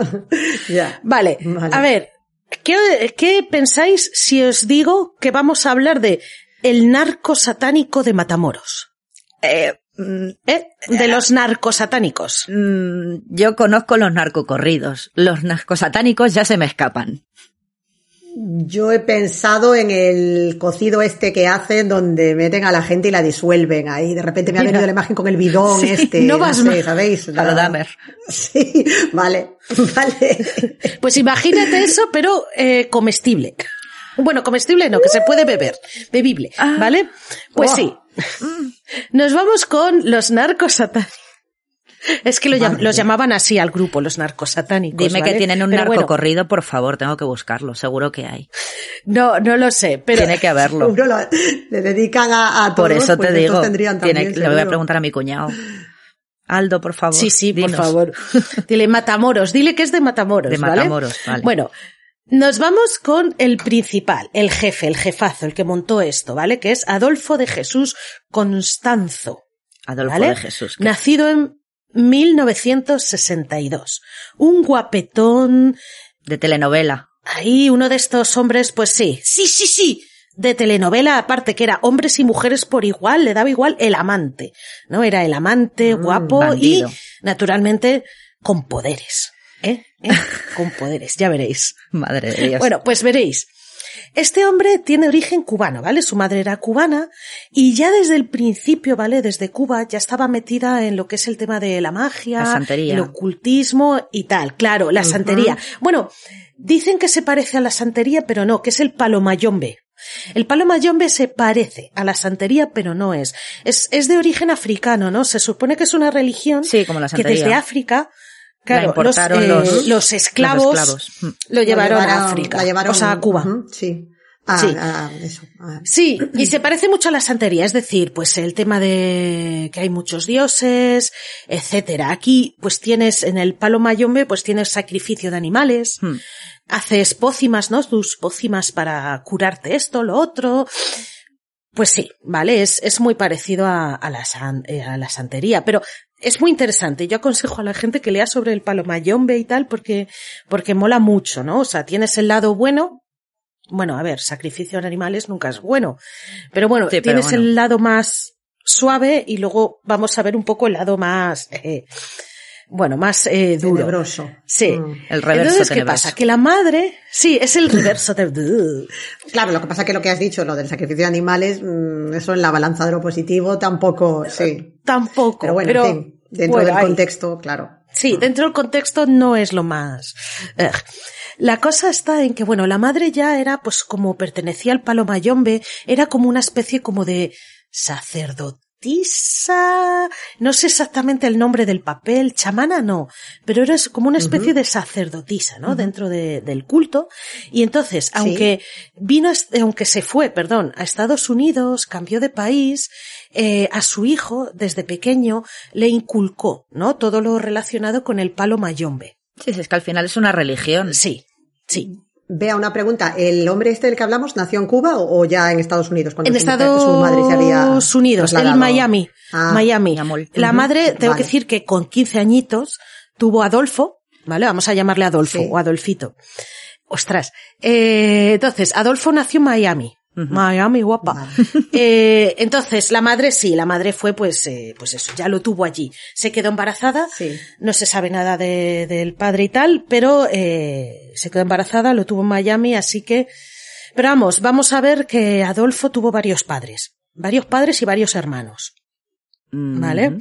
ya. Vale. vale. A ver, ¿qué, ¿qué pensáis si os digo que vamos a hablar de el narco satánico de Matamoros? Eh... ¿Eh? De los narcosatánicos. Yo conozco los narcocorridos. Los narcosatánicos ya se me escapan. Yo he pensado en el cocido este que hacen donde meten a la gente y la disuelven ahí. De repente me ha venido la imagen con el bidón Sí, este. no No, vas sé, mal. ¿sabéis? A lo Dahmer. Sí, vale, vale. Pues imagínate eso, pero eh, comestible. Bueno, comestible no, que se puede beber, bebible, Ah. ¿vale? Pues Oh. sí. Nos vamos con los narcos satánicos. Es que lo llam- Madre los mía. llamaban así al grupo, los narcos satánicos. Dime ¿vale? que tienen un Pero narco bueno, corrido, por favor, tengo que buscarlo, seguro que hay. no, no lo sé, pero Tiene que haberlo. Seguro lo- le dedican a, a Por todos, eso pues te estos digo, tendrían tiene- también, le voy a seguro. preguntar a mi cuñado. Aldo, por favor. sí, sí, dinos. por favor. Dile Matamoros, dile que es de Matamoros, De ¿vale? Matamoros, vale. Bueno, nos vamos con el principal, el jefe, el jefazo, el que montó esto, ¿vale? Que es Adolfo de Jesús Constanzo. Adolfo ¿Vale? de Jesús. que- Nacido en mil novecientos sesenta y dos. Un guapetón, De telenovela. ahí uno de estos hombres, pues sí, sí, sí, sí, de telenovela, aparte que era hombres y mujeres por igual, le daba igual el amante, ¿no? Era el amante, Mm, guapo bandido. y, naturalmente, con poderes, ¿eh? ¿Eh? Con poderes, ya veréis. Madre de Dios. Bueno, pues veréis. Este hombre tiene origen cubano, ¿vale? Su madre era cubana y ya desde el principio, ¿vale? Desde Cuba ya estaba metida en lo que es el tema de la magia, La santería. el ocultismo y tal. Claro, la santería. Bueno, dicen que se parece a la santería, pero no, que es el palomayombe. El palomayombe se parece a la santería, pero no es. Es, es de origen africano, ¿no? Se supone que es una religión Sí, como la que santería. desde África, La claro, los, importaron eh, los- los esclavos, los esclavos. Mm. lo llevaron La a África, la llevaron, o sea, a Cuba. ujú, sí. Ah, Sí. ah, eso. ah. Sí, y se parece mucho a la santería, es decir, pues el tema de que hay muchos dioses, etcétera. Aquí, pues tienes, en el palo mayombe, pues tienes sacrificio de animales, Hmm. haces pócimas, ¿no? Tus pócimas para curarte esto, lo otro. Pues sí, vale, es, es muy parecido a, a la san- eh, a la santería, pero es muy interesante. Yo aconsejo a la gente que lea sobre el palo mayombe y tal, porque, porque mola mucho, ¿no? O sea, tienes el lado bueno. Bueno, a ver, sacrificio de animales nunca es bueno. Pero bueno, Sí, pero tienes bueno. el lado más suave y luego vamos a ver un poco el lado más, eh, bueno, más eh, duro. Tenebroso. Sí. Mm. El reverso Entonces, ¿qué tenebroso. pasa? Que la madre, sí, es el reverso de... Claro, lo que pasa es que lo que has dicho, lo del sacrificio de animales, mm, eso en la balanza de lo positivo tampoco, sí. Tampoco. Pero bueno, pero, en fin, dentro bueno, del hay- contexto, claro. Sí, dentro del contexto no es lo más. Ugh. La cosa está en que, bueno, la madre ya era, pues, como pertenecía al palo mayombe, era como una especie como de sacerdotisa, no sé exactamente el nombre del papel, chamana no, pero era como una especie de sacerdotisa, ¿no? Dentro de- del culto. Y entonces, aunque vino, a est- aunque se fue, perdón, a Estados Unidos, cambió de país, eh, a su hijo, desde pequeño, le inculcó, ¿no? Todo lo relacionado con el palo mayombe. Sí, sí, es que al final es una religión. Sí, sí. Vea, una pregunta. ¿El hombre este del que hablamos nació en Cuba o, o ya en Estados Unidos? Cuando En su mujer- Estados su madre se había Unidos, en trasladado? Miami. Ah, Miami. mi amor. La Ujú, madre, tengo vale. que decir que con quince añitos tuvo a Adolfo, ¿vale? Vamos a llamarle Adolfo Sí. o Adolfito. Ostras. Eh, entonces, Adolfo nació en Miami. Miami, guapa. Vale. Eh, entonces, la madre sí, la madre fue pues, eh, pues eso, ya lo tuvo allí. Se quedó embarazada, Sí. no se sabe nada de, del padre y tal, pero eh, se quedó embarazada, lo tuvo en Miami, así que... Pero vamos, vamos a ver que Adolfo tuvo varios padres. Varios padres y varios hermanos. Mm. ¿Vale?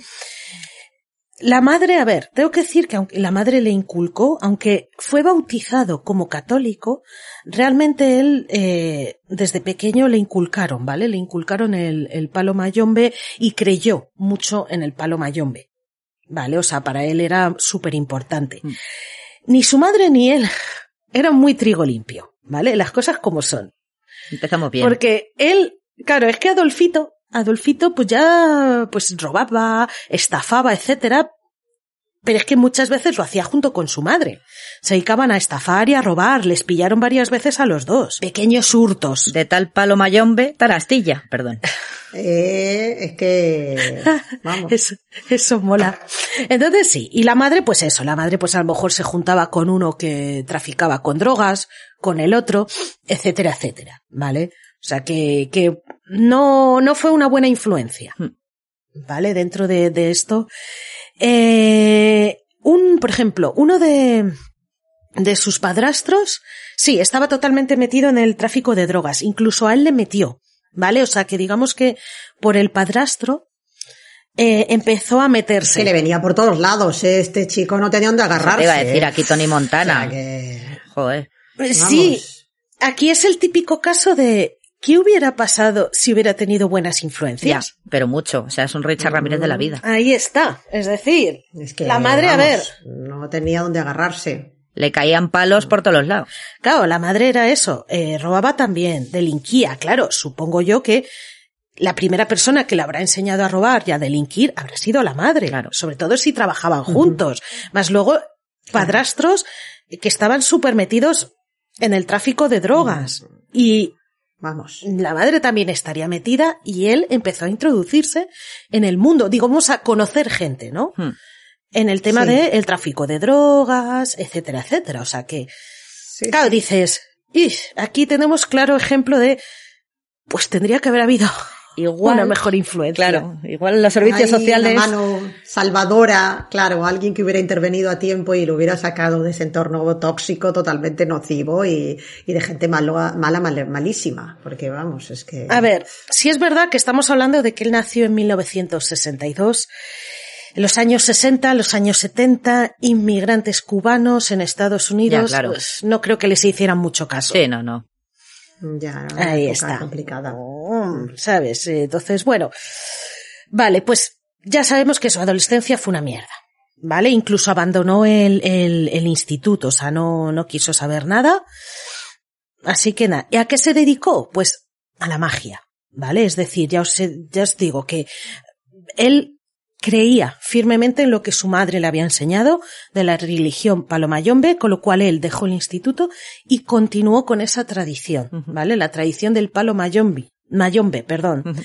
La madre, a ver, tengo que decir que aunque la madre le inculcó, aunque fue bautizado como católico, realmente él, eh, desde pequeño le inculcaron, ¿vale? Le inculcaron el, el palo mayombe y creyó mucho en el palo mayombe. ¿Vale? O sea, para él era súper importante. Mm. Ni su madre ni él eran muy trigo limpio, ¿vale? Las cosas como son. Empezamos bien. Porque él, claro, es que Adolfito, Adolfito pues ya pues robaba, estafaba, etcétera, pero es que muchas veces lo hacía junto con su madre. Se dedicaban a estafar y a robar, les pillaron varias veces a los dos. Pequeños hurtos. De tal palo mayombe, tarastilla, perdón. Eh, es que, vamos. Eso, eso mola. Entonces sí, y la madre pues eso, la madre pues a lo mejor se juntaba con uno que traficaba con drogas, con el otro, etcétera, etcétera, ¿vale? O sea que, que no, no fue una buena influencia, ¿vale? Dentro de, de esto. Eh, un, por ejemplo, uno de, de sus padrastros, sí, estaba totalmente metido en el tráfico de drogas. Incluso a él le metió, ¿vale? O sea, que digamos que por el padrastro eh, empezó a meterse. Que le venía por todos lados, ¿eh? Este chico no tenía dónde agarrarse. Te iba a decir aquí Tony Montana. O sea que... Joder. Sí, Vamos. aquí es el típico caso de ¿qué hubiera pasado si hubiera tenido buenas Ya, influencias? pero mucho. O sea, es un Richard Ramírez de la vida. Ahí está. Es decir, Es que, la madre, a vamos, ver, no tenía dónde agarrarse. Le caían palos por todos los lados. claro, la madre era eso, eh, robaba también, delinquía, claro, supongo yo que la primera persona que le habrá enseñado a robar y a delinquir habrá sido la madre, Claro. sobre todo si trabajaban juntos, más luego padrastros que estaban súper metidos en el tráfico de drogas y Vamos. la madre también estaría metida y él empezó a introducirse en el mundo, digamos a conocer gente, ¿no? Hmm. En el tema Sí. de el tráfico de drogas, etcétera, etcétera, o sea que Sí, claro, sí. dices, "Ih, aquí tenemos claro ejemplo de, pues tendría que haber habido Igual, una mejor influencia. Claro, igual los servicios Ahí, sociales. una mano salvadora, claro, alguien que hubiera intervenido a tiempo y lo hubiera sacado de ese entorno tóxico totalmente nocivo y, y de gente malo, mala, mal- malísima, porque vamos, es que... A ver, si es verdad que estamos hablando de que él nació en mil novecientos sesenta y dos, en los años sesenta, los años setenta, inmigrantes cubanos en Estados Unidos, Ya, claro. pues no creo que les hicieran mucho caso. Sí, no, no. Ya, una Ahí época está. complicada. Mm, ¿Sabes? Entonces, bueno. Vale, pues ya sabemos que su adolescencia fue una mierda. ¿Vale? Incluso abandonó el, el, el instituto, o sea, no, no quiso saber nada. Así que nada. ¿Y a qué se dedicó? Pues a la magia. ¿Vale? Es decir, ya os, ya os digo que él creía firmemente en lo que su madre le había enseñado de la religión palomayombe, con lo cual él dejó el instituto y continuó con esa tradición, ¿vale? La tradición del palomayombe, mayombe, perdón. Ujú.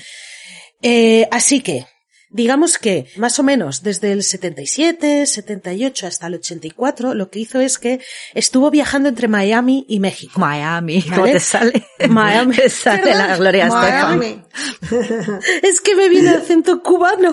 Eh, así que, digamos que más o menos desde el setenta y siete, setenta y ocho hasta el ochenta y cuatro, lo que hizo es que estuvo viajando entre Miami y México. Miami, ¿Vale? ¿cómo te sale? Miami. Te sale ¿Verdad? la Gloria Estefan. Miami. Es que me viene el acento cubano.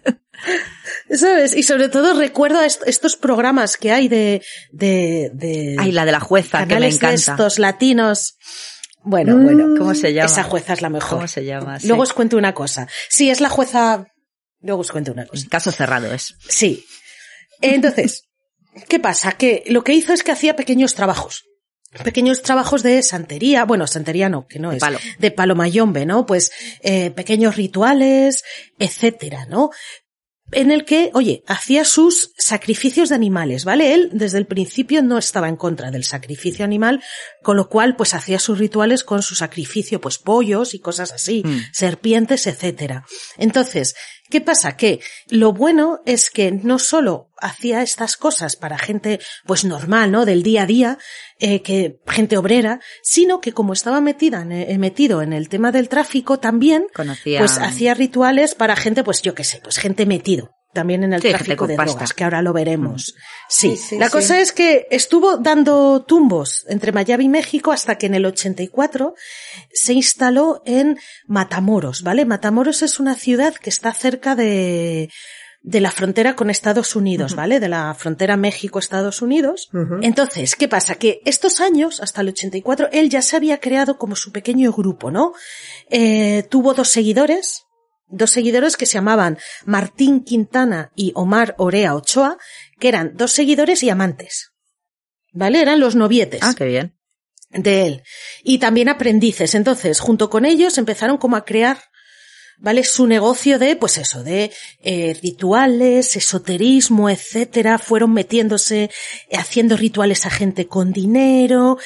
¿Sabes? Y sobre todo recuerdo a est- estos programas que hay de, de, de Ay, la de la jueza, que me canales de encanta. estos latinos. Bueno, bueno. ¿Cómo se llama? Esa jueza es la mejor. ¿Cómo se llama? Sí. Luego os cuento una cosa. Sí, es la jueza. Luego os cuento una cosa. Caso cerrado es. Sí. Entonces, ¿qué pasa? Que lo que hizo es que hacía pequeños trabajos. Pequeños trabajos de santería, bueno, santería no, que no De es, palo. de palomayombe, ¿no? Pues eh, pequeños rituales, etcétera, ¿no? En el que, oye, hacía sus sacrificios de animales, ¿vale? Él desde el principio no estaba en contra del sacrificio animal, con lo cual pues hacía sus rituales con su sacrificio, pues pollos y cosas así, Mm. serpientes, etcétera. Entonces, ¿qué pasa? Que lo bueno es que no solo hacía estas cosas para gente pues normal, ¿no? Del día a día, eh, que gente obrera, sino que como estaba metida en, eh, metido en el tema del tráfico también, Conocía. pues hacía rituales para gente, pues yo qué sé, pues gente metido también en el Sí, gente tráfico con de pasta. drogas, que ahora lo veremos. Sí, Sí, sí, la sí. cosa es que estuvo dando tumbos entre Miami y México hasta que en el ochenta y cuatro se instaló en Matamoros, ¿vale? Matamoros es una ciudad que está cerca de de la frontera con Estados Unidos, ¿vale? De la frontera México-Estados Unidos. Ujú. Entonces, ¿qué pasa? Que estos años, hasta el ochenta y cuatro, él ya se había creado como su pequeño grupo, ¿no? Eh, tuvo dos seguidores, dos seguidores que se llamaban Martín Quintana y Omar Orea Ochoa, que eran dos seguidores y amantes, ¿vale? Eran los novietes Ah, qué bien. de él. Y también aprendices. Entonces, junto con ellos empezaron como a crear, ¿vale? Su negocio de, pues eso, de eh, rituales, esoterismo, etcétera. Fueron metiéndose, eh, haciendo rituales a gente con dinero.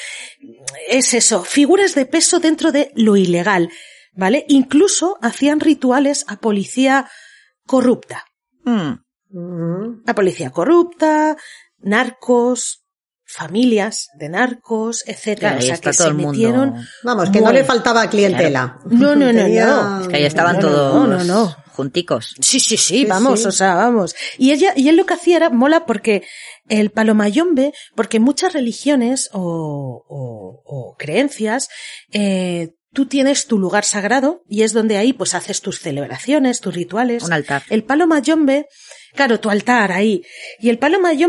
Es eso, figuras de peso dentro de lo ilegal, ¿vale? Incluso hacían rituales a policía corrupta. Mm. Ujú. A policía corrupta, narcos, familias de narcos, etcétera. Ahí O sea, está que todo se el mundo. metieron. Vamos, que no Bueno, le faltaba clientela. No, no, no, Tenía- no. Es que ahí estaban No, no, todos no, no, no. junticos. Sí, sí, sí, Sí, vamos, sí. o sea, vamos. Y ella, y él lo que hacía era, mola porque el palomayombe, porque muchas religiones o, o, o creencias, eh, tú tienes tu lugar sagrado y es donde ahí pues haces tus celebraciones, tus rituales. Un altar. El palo mayombe, claro, tu altar ahí. Y el palo mayombe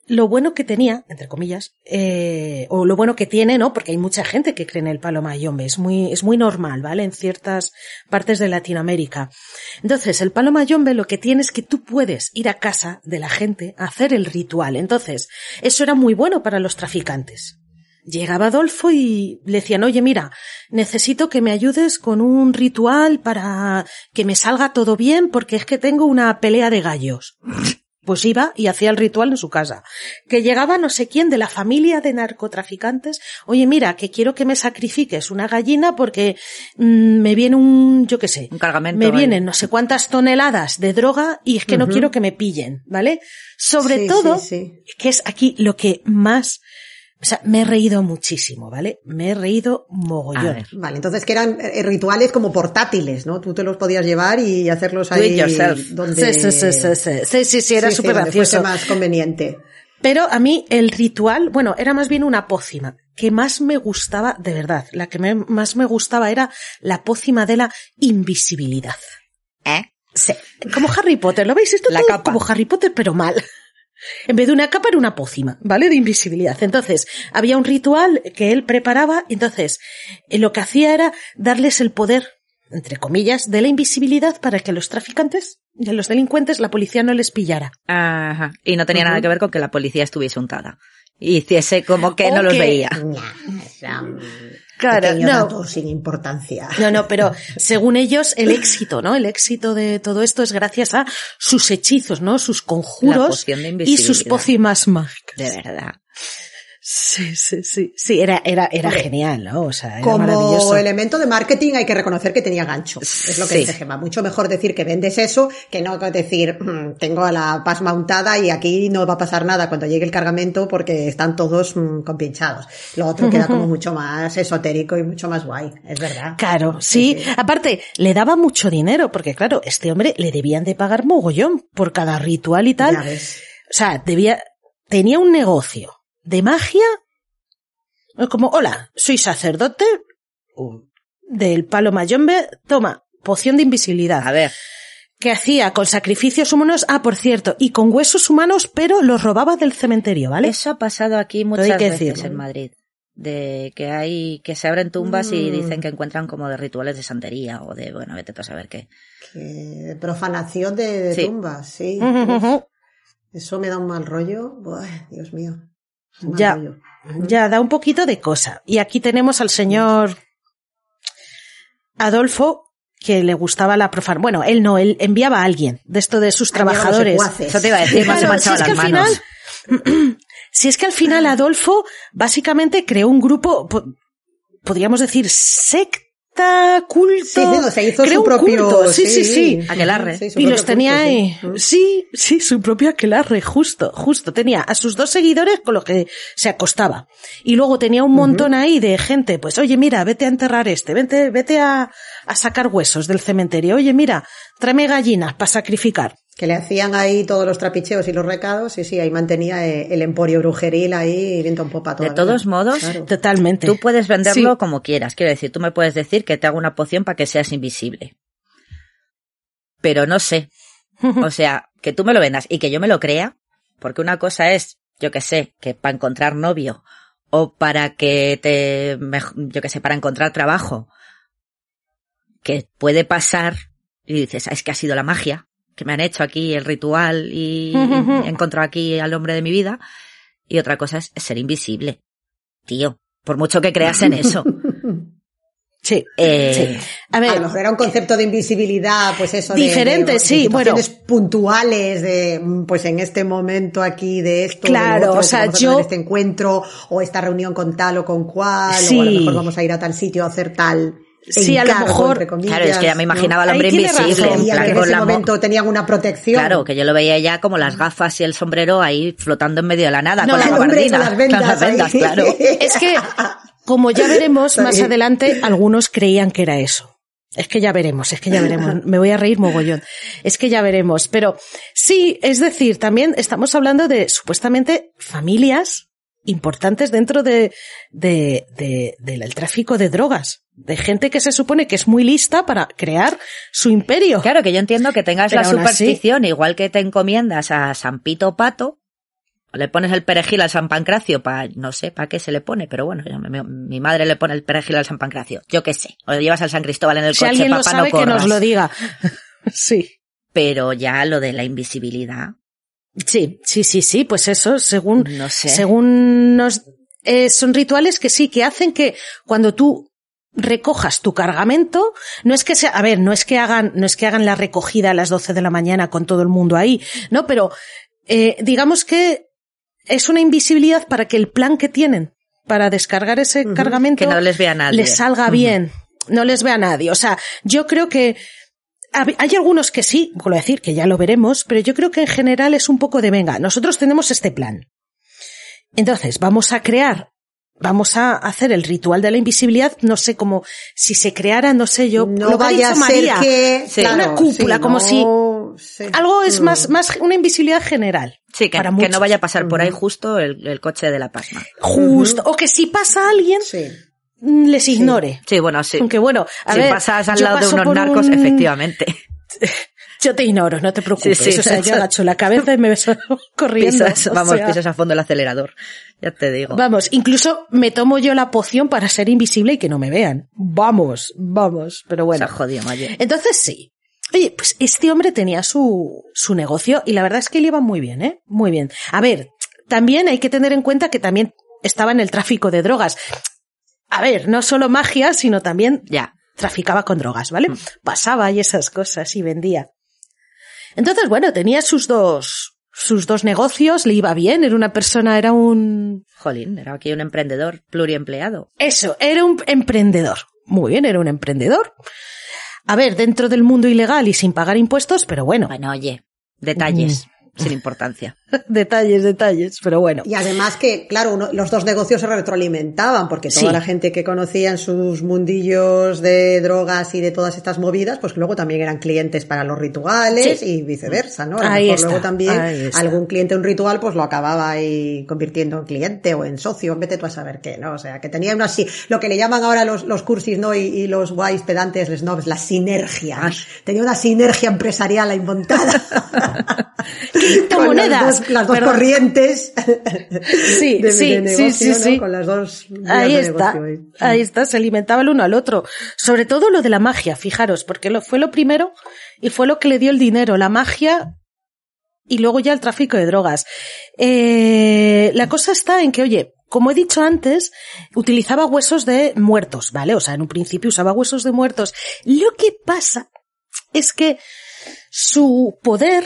lo bueno que tenía, entre comillas, eh, o lo bueno que tiene, ¿no? Porque hay mucha gente que cree en el palo mayombe, es muy, es muy normal, ¿vale? En ciertas partes de Latinoamérica. Entonces, el palo mayombe lo que tiene es que tú puedes ir a casa de la gente a hacer el ritual. Entonces, eso era muy bueno para los traficantes. Llegaba Adolfo y le decían, oye, mira, necesito que me ayudes con un ritual para que me salga todo bien porque es que tengo una pelea de gallos. Pues iba y hacía el ritual en su casa. Que llegaba no sé quién de la familia de narcotraficantes. Oye, mira, que quiero que me sacrifiques una gallina porque mmm, me viene un, yo qué sé. Un cargamento. Me vienen no sé cuántas toneladas de droga y es que uh-huh. no quiero que me pillen, ¿vale? Sobre sí, todo, sí, sí. que es aquí lo que más... O sea, me he reído muchísimo, ¿vale? Me he reído mogollón. Vale, entonces que eran eh, rituales como portátiles, ¿no? Tú te los podías llevar y hacerlos ahí. Do it yourself. Sí, Donde... sí, sí, sí, sí, sí, sí, sí, era sí, súper sí, gracioso. Más conveniente. Pero a mí el ritual, bueno, era más bien una pócima, que más me gustaba, de verdad, la que me, más me gustaba era la pócima de la invisibilidad. ¿Eh? Sí, como Harry Potter, ¿lo veis? Esto la todo capa. Como Harry Potter, pero mal. En vez de una capa era una pócima, ¿vale? De invisibilidad. Entonces, había un ritual que él preparaba, entonces, eh, lo que hacía era darles el poder, entre comillas, de la invisibilidad para que los traficantes y a los delincuentes la policía no les pillara. Ajá. Y no tenía uh-huh. nada que ver con que la policía estuviese untada. Y hiciese como que o no los que... veía. Claro, pequeño no. dato sin importancia. No, no, pero según ellos el éxito, ¿no? El éxito de todo esto es gracias a sus hechizos, ¿no? Sus conjuros y sus pócimas mágicas. De verdad. Sí, sí, sí. Sí, era, era, era Hombre, genial, ¿no? O sea, era como maravilloso. elemento de marketing hay que reconocer que tenía gancho. Es lo que sí. dice Gemma. Mucho mejor decir que vendes eso que no decir, mmm, tengo a la paz montada y aquí no va a pasar nada cuando llegue el cargamento porque están todos mmm, compinchados. Lo otro queda como mucho más esotérico y mucho más guay. Es verdad. Claro, sí. sí, sí. Aparte, le daba mucho dinero porque, claro, este hombre le debían de pagar mogollón por cada ritual y tal. Ya ves. O sea, debía, tenía un negocio de magia, como, hola, soy sacerdote del palo mayombe, toma, poción de invisibilidad. A ver. Que hacía con sacrificios humanos, ah, por cierto, y con huesos humanos, pero los robaba del cementerio, ¿vale? Eso ha pasado aquí muchas veces decirlo. En Madrid. De que hay, que se abren tumbas mm. y dicen que encuentran como de rituales de santería o de, bueno, vete tú a saber qué. Que profanación de, de sí. tumbas, sí. Uh-huh. Eso me da un mal rollo. Buah, Dios mío. Ya, ya da un poquito de cosa. Y aquí tenemos al señor Adolfo, que le gustaba la profanación. Bueno, él no, él enviaba a alguien de esto de sus trabajadores. Eso te iba a decir, más se manchaba las manos. Final, si es que al final Adolfo básicamente creó un grupo, podríamos decir, secta, culto. Sí, no, se hizo creó su propio culto. Sí, sí, sí. sí. Aquelarre. Sí, y los tenía ahí. Sí. sí, sí, su propio aquelarre, justo, justo. Tenía a sus dos seguidores con los que se acostaba. Y luego tenía un montón uh-huh. ahí de gente, pues, oye, mira, vete a enterrar este, vete, vete a, a sacar huesos del cementerio. Oye, mira, tráeme gallinas para sacrificar. Que le hacían ahí todos los trapicheos y los recados, sí, sí, ahí mantenía el emporio brujeril ahí viento en popa todavía. De todos modos, claro. Totalmente. Tú puedes venderlo sí. como quieras. Quiero decir, tú me puedes decir que te hago una poción para que seas invisible. Pero no sé. O sea, que tú me lo vendas y que yo me lo crea, porque una cosa es, yo que sé, que para encontrar novio o para que te, yo que sé, para encontrar trabajo, que puede pasar y dices, ah, es que ha sido la magia. Que me han hecho aquí el ritual y he encontrado aquí al hombre de mi vida. Y otra cosa es ser invisible. Tío, por mucho que creas en eso. Sí, eh, sí. A ver, a lo mejor era un concepto de invisibilidad, pues eso de, diferente, de, de sí, bueno, puntuales de, pues en este momento aquí de esto, claro, de otro, o sea, vamos a yo tener este encuentro o esta reunión con tal o con cual, sí. o a lo mejor vamos a ir a tal sitio a hacer tal. Sí, a lo mejor, claro, es que ya me imaginaba ¿no? al hombre invisible. En, plan, que en ese la momento mo- tenían una protección. Claro, que yo lo veía ya como las gafas y el sombrero ahí flotando en medio de la nada, no, con la gabardina. Las vendas, las vendas claro. Es que, como ya veremos más adelante, algunos creían que era eso. Es que ya veremos, es que ya veremos. Me voy a reír mogollón. Es que ya veremos. Pero sí, es decir, también estamos hablando de supuestamente familias importantes dentro de, de, de, de, del tráfico de drogas. De gente que se supone que es muy lista para crear su imperio. Claro, que yo entiendo que tengas Pero la superstición, así, igual que te encomiendas a San Pito Pato, Le pones el perejil al San Pancracio, pa, no sé para qué se le pone, pero bueno, mi, mi madre le pone el perejil al San Pancracio, yo qué sé. O lo llevas al San Cristóbal en el si coche, alguien papá, lo sabe, no que nos corras. lo diga. Sí. Pero ya lo de la invisibilidad... Sí, sí, sí, sí, pues eso, según, No sé. según nos, eh, son rituales que sí, que hacen que cuando tú recojas tu cargamento, no es que sea, a ver, no es que hagan, no es que hagan la recogida a las doce de la mañana con todo el mundo ahí, no, pero, eh, digamos que es una invisibilidad para que el plan que tienen para descargar ese uh-huh. cargamento que no les vea a nadie. Les salga uh-huh. bien, no les vea a nadie. O sea, yo creo que hay algunos que sí, vuelvo a decir que ya lo veremos, pero yo creo que en general es un poco de venga, nosotros tenemos este plan. Entonces, vamos a crear, vamos a hacer el ritual de la invisibilidad, no sé cómo, si se creara, no sé yo, no lo vaya que ha dicho a ser María, que, sí, claro, una cúpula, sí, como no, si sí. algo es mm. más, más una invisibilidad general. Sí, que, para que muchos. no vaya a pasar por ahí justo el, el coche de la Pasma. Justo, uh-huh. o que si pasa alguien, sí. les ignore. Sí, bueno, sí. Aunque bueno, a si ver, pasas al lado de unos un... narcos, efectivamente. Yo te ignoro, no te preocupes. Sí, sí, o sea, yo agacho la cabeza y me beso corriendo. Pisas, vamos, o sea, pisas a fondo el acelerador. Ya te digo. Vamos, incluso me tomo yo la poción para ser invisible y que no me vean. Vamos, vamos. Pero bueno. Se ha jodido, Maye. Entonces sí. Oye, pues este hombre tenía su, su negocio y la verdad es que le iba muy bien, ¿eh? Muy bien. A ver, también hay que tener en cuenta que también estaba en el tráfico de drogas. A ver, no solo magia, sino también ya traficaba con drogas, ¿vale? Mm. Pasaba y esas cosas y vendía. Entonces, bueno, tenía sus dos, sus dos negocios, le iba bien, era una persona, era un... Jolín, era aquí un emprendedor pluriempleado. Eso, era un emprendedor. Muy bien, era un emprendedor. A ver, dentro del mundo ilegal y sin pagar impuestos, pero bueno. Bueno, oye, detalles. Mm. Sin importancia. detalles, detalles, pero bueno. Y además que, claro, uno, los dos negocios se retroalimentaban, porque toda sí. la gente que conocía en sus mundillos de drogas y de todas estas movidas, pues luego también eran clientes para los rituales sí. y viceversa, ¿no? A lo ahí mejor está, luego también ahí algún cliente en un ritual pues lo acababa ahí convirtiendo en cliente o en socio, vete tú a saber qué, ¿no? O sea, que tenía una, lo que le llaman ahora los, los cursis, ¿no? Y, y los guays pedantes, les snobs, la sinergia. Ay. Tenía una sinergia empresarial ahí montada. Con moneda. Las dos, las dos corrientes sí, de, sí, de negocio, sí, sí, ¿no? sí. Con las dos ahí de está, ahí. ahí está, se alimentaba el uno al otro. Sobre todo lo de la magia, fijaros, porque lo, fue lo primero y fue lo que le dio el dinero, la magia y luego ya el tráfico de drogas. Eh, la cosa está en que, oye, como he dicho antes, utilizaba huesos de muertos, ¿vale? O sea, en un principio usaba huesos de muertos. Lo que pasa es que su poder...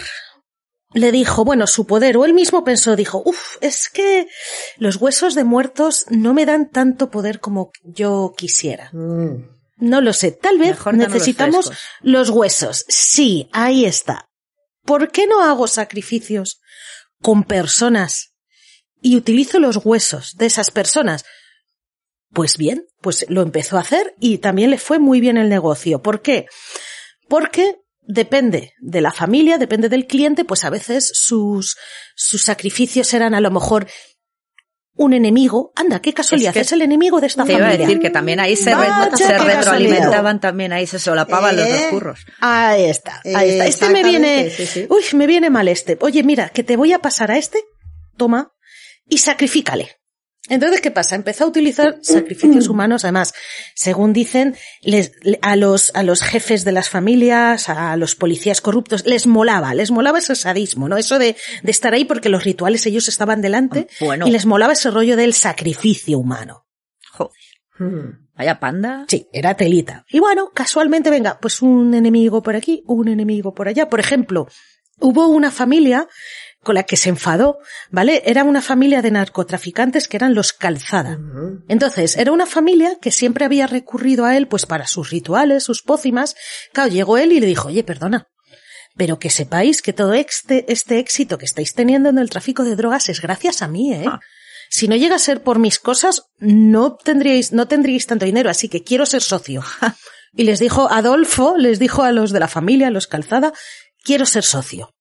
Le dijo, bueno, su poder, o él mismo pensó, dijo, uff, es que los huesos de muertos no me dan tanto poder como yo quisiera. Mm. No lo sé, tal vez Mejor necesitamos los, los huesos. Sí, ahí está. ¿Por qué no hago sacrificios con personas y utilizo los huesos de esas personas? Pues bien, pues lo empezó a hacer y también le fue muy bien el negocio. ¿Por qué? Porque depende de la familia, depende del cliente, pues a veces sus, sus sacrificios eran a lo mejor un enemigo. Anda, qué casualidad, es, que es el enemigo de esta te familia. Te iba a decir que también ahí se, Vaya, re, se retroalimentaban, también ahí se solapaban eh, los dos curros. Ahí está, ahí está. Este me viene, sí, sí. uy, me viene mal este. Oye, mira, que te voy a pasar a este, toma, y sacrifícale. Entonces, ¿qué pasa? Empezó a utilizar sacrificios humanos, además, según dicen, les, a los, a los jefes de las familias, a los policías corruptos, les molaba, les molaba ese sadismo, ¿no? Eso de, de estar ahí porque los rituales ellos estaban delante, bueno. y les molaba ese rollo del sacrificio humano. Joder. Hmm. Vaya panda. Sí, era telita. Y bueno, casualmente, venga, pues un enemigo por aquí, un enemigo por allá. Por ejemplo, hubo una familia con la que se enfadó, ¿vale? Era una familia de narcotraficantes que eran los Calzada. Uh-huh. Entonces, era una familia que siempre había recurrido a él, pues para sus rituales, sus pócimas. Claro, llegó él y le dijo, oye, perdona, pero que sepáis que todo este, este éxito que estáis teniendo en el tráfico de drogas es gracias a mí, ¿eh? Ah. Si no llega a ser por mis cosas, no tendríais, no tendríais tanto dinero, así que quiero ser socio. Y les dijo, Adolfo, les dijo a los de la familia, a los Calzada, quiero ser socio.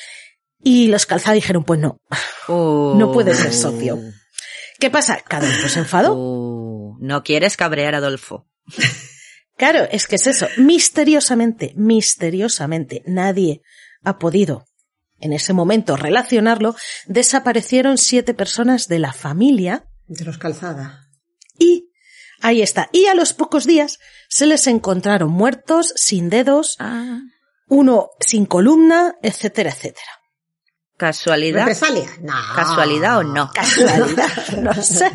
Y los Calzada dijeron, pues no, oh. no puedes ser socio. ¿Qué pasa? Que Adolfo se enfadó. Oh. No quieres cabrear a Adolfo. Claro, es que es eso. Misteriosamente, misteriosamente, nadie ha podido en ese momento relacionarlo, desaparecieron siete personas de la familia. De los Calzada. Y ahí está. Y a los pocos días se les encontraron muertos, sin dedos, Ah. uno sin columna, etcétera, etcétera. ¿Casualidad? ¿Represalia? No. ¿Casualidad o no? Casualidad, no sé.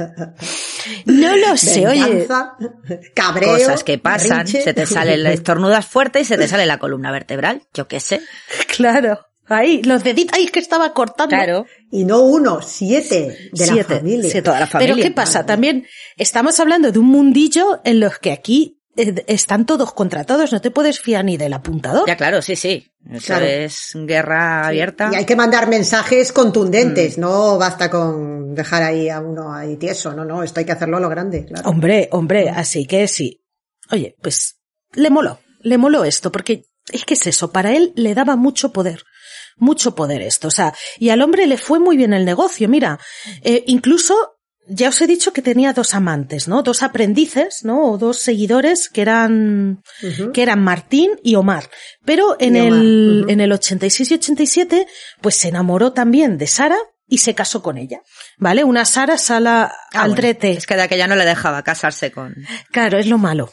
No lo sé, oye. Venganza, cabreo, Cosas que pasan, berrinche. se te sale el estornudas fuerte y se te sale la columna vertebral, yo qué sé. Claro. Ahí, los deditos, ahí es que estaba cortando. Claro. Y no uno, siete de la Siete, familia. siete. Toda la familia. Pero ¿qué pasa? También estamos hablando de un mundillo en los que aquí eh, están todos contra todos, no te puedes fiar ni del apuntador. Ya, claro, sí, sí. Eso Claro. es guerra abierta. Y hay que mandar mensajes contundentes, no basta con dejar ahí a uno ahí tieso, no, no, esto hay que hacerlo a lo grande, claro. Hombre, hombre, así que sí. Oye, pues le moló, le moló esto, porque es que es eso, para él le daba mucho poder. Mucho poder esto, o sea, y al hombre le fue muy bien el negocio, mira, eh, incluso, ya os he dicho que tenía dos amantes, ¿no? Dos aprendices, ¿no? O dos seguidores que eran, Ujú. que eran Martín y Omar. Pero en Y Omar, el, ujú. en el ochenta y seis y ochenta y siete, pues se enamoró también de Sara y se casó con ella, ¿vale? Una Sara Sala Ah, Aldrete. bueno, es que de aquella no le dejaba casarse con... Claro, es lo malo.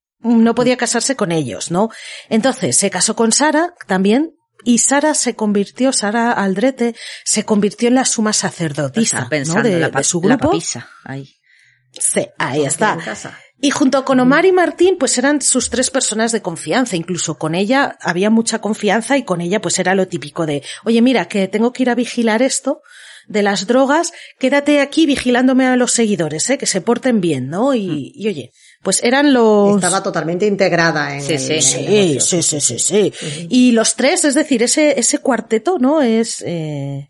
No podía casarse con ellos, ¿no? Entonces, se casó con Sara también, y Sara se convirtió, Sara Aldrete, se convirtió en la suma sacerdotisa, Estaba pensando ¿no? de, la, pa- de su la grupo. papisa, ahí. Sí, ahí Aquí está. en casa. Y junto con Omar y Martín, pues eran sus tres personas de confianza. Incluso con ella había mucha confianza y con ella pues era lo típico de, oye, mira, que tengo que ir a vigilar esto de las drogas, quédate aquí vigilándome a los seguidores, ¿eh? Que se porten bien, ¿no? Y, y oye, pues eran los... Estaba totalmente integrada en Sí, el, sí. en el Sí, negocio. sí, sí, sí, sí. Y los tres, es decir, ese, ese cuarteto, ¿no? Es, eh,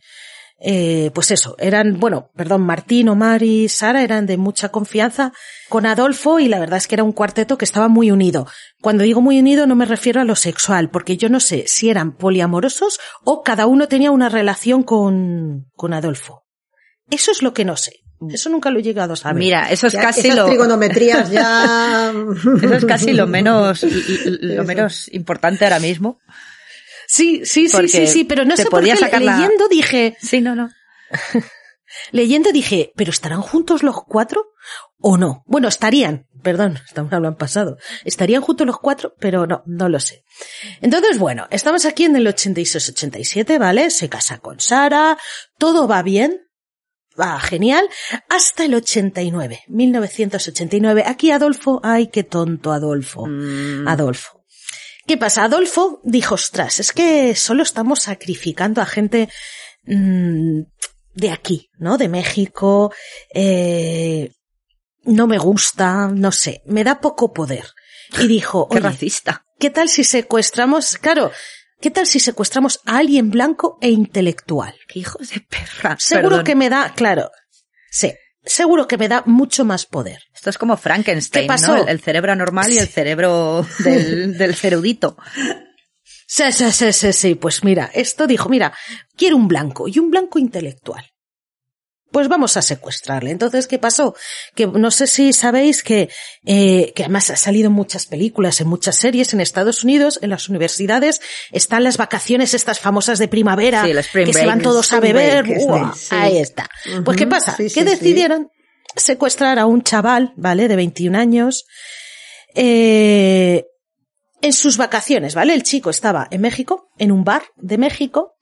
eh, pues eso, eran, bueno, perdón, Martín, Omar y Sara eran de mucha confianza con Adolfo y la verdad es que era un cuarteto que estaba muy unido. Cuando digo muy unido no me refiero a lo sexual, porque yo no sé si eran poliamorosos o cada uno tenía una relación con, con Adolfo. Eso es lo que no sé. Eso nunca lo he llegado a saber. Mira, eso es Ya, casi esas lo... trigonometrías ya... Eso es casi lo menos, lo menos importante ahora mismo. Sí, sí, sí, Porque sí, sí, pero no te sé por podía qué sacar la- leyendo dije, Sí, no, no. leyendo dije, ¿pero estarán juntos los cuatro o no? Bueno, estarían, perdón, estamos hablando en pasado, estarían juntos los cuatro, pero no, no lo sé. Entonces, bueno, estamos aquí en el ochenta y seis ochenta y siete, ¿vale? Se casa con Sara, todo va bien, va genial, hasta el ochenta y nueve, mil novecientos ochenta y nueve. Aquí Adolfo, ay, qué tonto Adolfo, Mm, Adolfo. ¿Qué pasa? Adolfo dijo, ostras, es que solo estamos sacrificando a gente mmm, de aquí, ¿no? De México, eh, no me gusta, no sé, me da poco poder. Y dijo, qué oye, racista. ¿qué tal si secuestramos, claro, qué tal si secuestramos a alguien blanco e intelectual? Qué hijos de perra. Seguro Perdón. que me da, claro, sí, seguro que me da mucho más poder. Esto es como Frankenstein, ¿Qué pasó? ¿no? El, el cerebro anormal y el cerebro del, del cerudito. Sí, sí, sí, sí, sí, pues mira, esto dijo, mira, quiero un blanco y un blanco intelectual. Pues vamos a secuestrarle. Entonces, ¿qué pasó? Que no sé si sabéis que, eh, que además ha salido en muchas películas, en muchas series en Estados Unidos, en las universidades, están las vacaciones estas famosas de primavera, Sí, el spring que se break, van todos a spring beber. break, ¡Uah! sí. Ahí está. Pues ¿qué Ujú, pasa? sí, que sí, sí. decidieron secuestrar a un chaval, ¿vale? De veintiún años, eh, en sus vacaciones, ¿vale? El chico estaba en México, en un bar de México.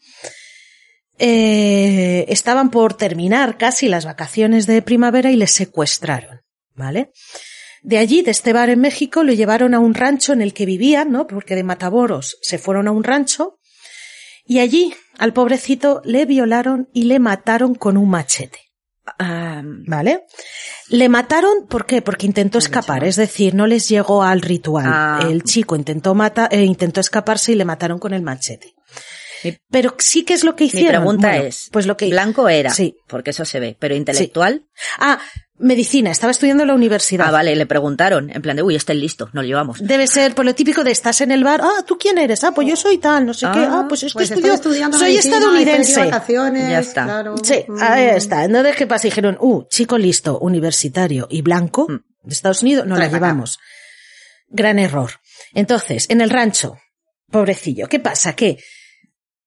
Eh, estaban por terminar casi las vacaciones de primavera y les secuestraron, ¿vale? De allí, de este bar en México, lo llevaron a un rancho en el que vivían, ¿no? Porque de Matamoros se fueron a un rancho y allí al pobrecito le violaron y le mataron con un machete. Ah, ¿Vale? Le mataron, ¿por qué? Porque intentó escapar, es decir, no les llegó al ritual. Ah. El chico intentó mata, eh, intentó escaparse y le mataron con el machete. Mi- Pero sí que es lo que mi hicieron. pregunta Bueno, es, pues lo que blanco era, Sí. porque eso se ve, pero intelectual. Ah, medicina, estaba estudiando en la universidad. Ah, vale, le preguntaron, en plan de, uy, este es listo, nos lo llevamos. Debe ser por lo típico de estás en el bar, ah, ¿tú quién eres? Ah, pues yo soy tal, no sé Ah, qué, ah, pues es que Pues estudio, estaba estudiando soy medicina, estadounidense. y tenía vacaciones, Ya está. claro. Sí, Mm. ahí está. Entonces, ¿qué pasa? Dijeron, uh, chico listo, universitario y blanco Mm. de Estados Unidos, no la Trae para acá. llevamos. Gran error. Entonces, en el rancho, pobrecillo, ¿qué pasa? Que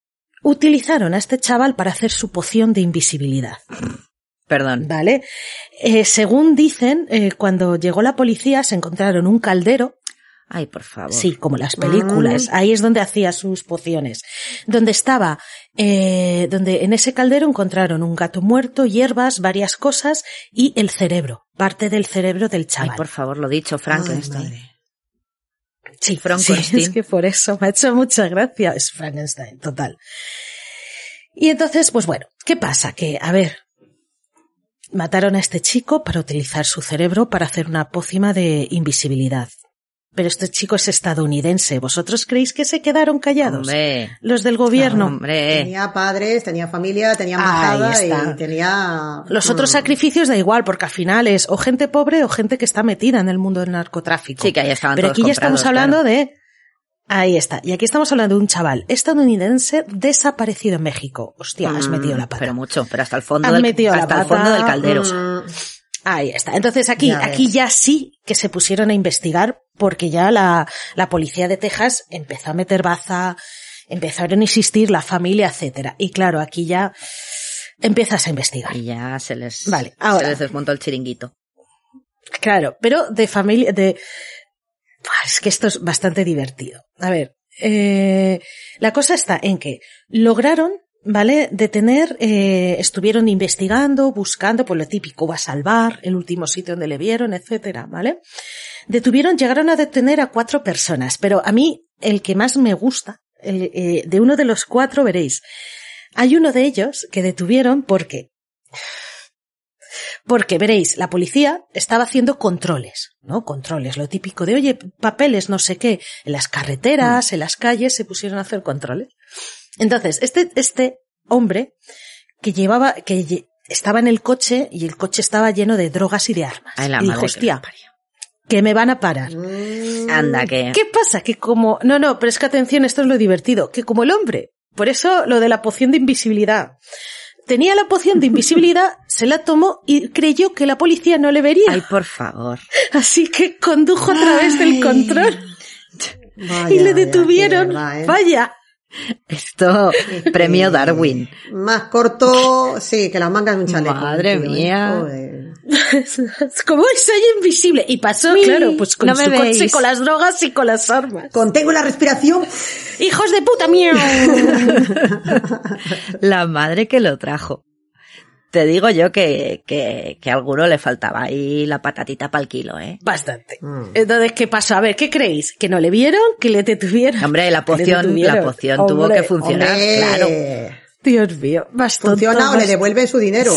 utilizaron a este chaval para hacer su poción de invisibilidad. Perdón. ¿Vale? Eh, según dicen, eh, cuando llegó la policía se encontraron un caldero. Ay, por favor. Sí, como las películas. Mm. Ahí es donde hacía sus pociones. Donde estaba, eh, donde en ese caldero encontraron un gato muerto, hierbas, varias cosas y el cerebro, parte del cerebro del chaval. Ay, por favor, lo dicho, Frankenstein. Ay, sí, Frankenstein. Sí, es que por eso me ha hecho mucha gracia. Es Frankenstein, total. Y entonces, pues bueno, ¿qué pasa? Que, a ver, mataron a este chico para utilizar su cerebro para hacer una pócima de invisibilidad. Pero este chico es estadounidense. ¿Vosotros creéis que se quedaron callados? Hombre. Los del gobierno. Hombre. Tenía padres, tenía familia, tenía embajada y tenía... Los otros sacrificios da igual, porque al final es o gente pobre o gente que está metida en el mundo del narcotráfico. Sí, que ahí estaban Pero todos aquí ya comprados, estamos hablando claro. de... Ahí está. Y aquí estamos hablando de un chaval estadounidense desaparecido en México. Hostia, has metido la pata. Pero mucho, pero hasta el fondo, Has del, metido la hasta el pata. fondo del caldero. Mm, Ahí está. Entonces aquí, Ya aquí ves. ya sí que se pusieron a investigar porque ya la, la policía de Texas empezó a meter baza, empezaron a insistir, la familia, etcétera. Y claro, aquí ya empiezas a investigar. Y ya se les, Vale, ahora. se les desmontó el chiringuito. Claro, pero de familia, de, Buah, es que esto es bastante divertido. A ver, eh, la cosa está en que lograron, ¿vale? Detener, eh, estuvieron investigando, buscando, pues lo típico, va a salvar, el último sitio donde le vieron, etcétera, ¿vale? Detuvieron, llegaron a detener a cuatro personas, pero a mí el que más me gusta, el, eh, de uno de los cuatro veréis, hay uno de ellos que detuvieron porque, porque veréis, la policía estaba haciendo controles, ¿no? Controles, lo típico de, oye, papeles, no sé qué, en las carreteras, en las calles, se pusieron a hacer controles. Entonces, este, este hombre que llevaba, que lle- estaba en el coche y el coche estaba lleno de drogas y de armas. Ay, la y dijo, madre que hostia, lo parió. que me van a parar. Anda, que... ¿Qué pasa? Que como, no, no, pero es que atención, esto es lo divertido, que como el hombre, por eso lo de la poción de invisibilidad, tenía la poción de invisibilidad, se la tomó y creyó que la policía no le vería. Ay, por favor. Así que condujo a través del control vaya, y le vaya, detuvieron. qué verdad, ¿eh? Vaya. Esto, premio Darwin. Más corto, sí, que las mangas de un chaleco. Madre tío, ¿eh? mía. Joder. Como soy invisible. Y pasó, Uy, claro, pues con no me su coche, veis. con las drogas y con las armas. Contengo la respiración. ¡Hijos de puta mía! La madre que lo trajo. Te digo yo que, que, que a alguno le faltaba ahí la patatita para el kilo, ¿eh? Bastante. Mm. Entonces, ¿qué pasó? A ver, ¿qué creéis? ¿Que no le vieron? ¿Que le detuvieron? Hombre, la Que le poción, detuvieron. la poción tuvo Hombre, que funcionar, Hombre, claro. Dios mío, bastante. funciona o le devuelven su dinero.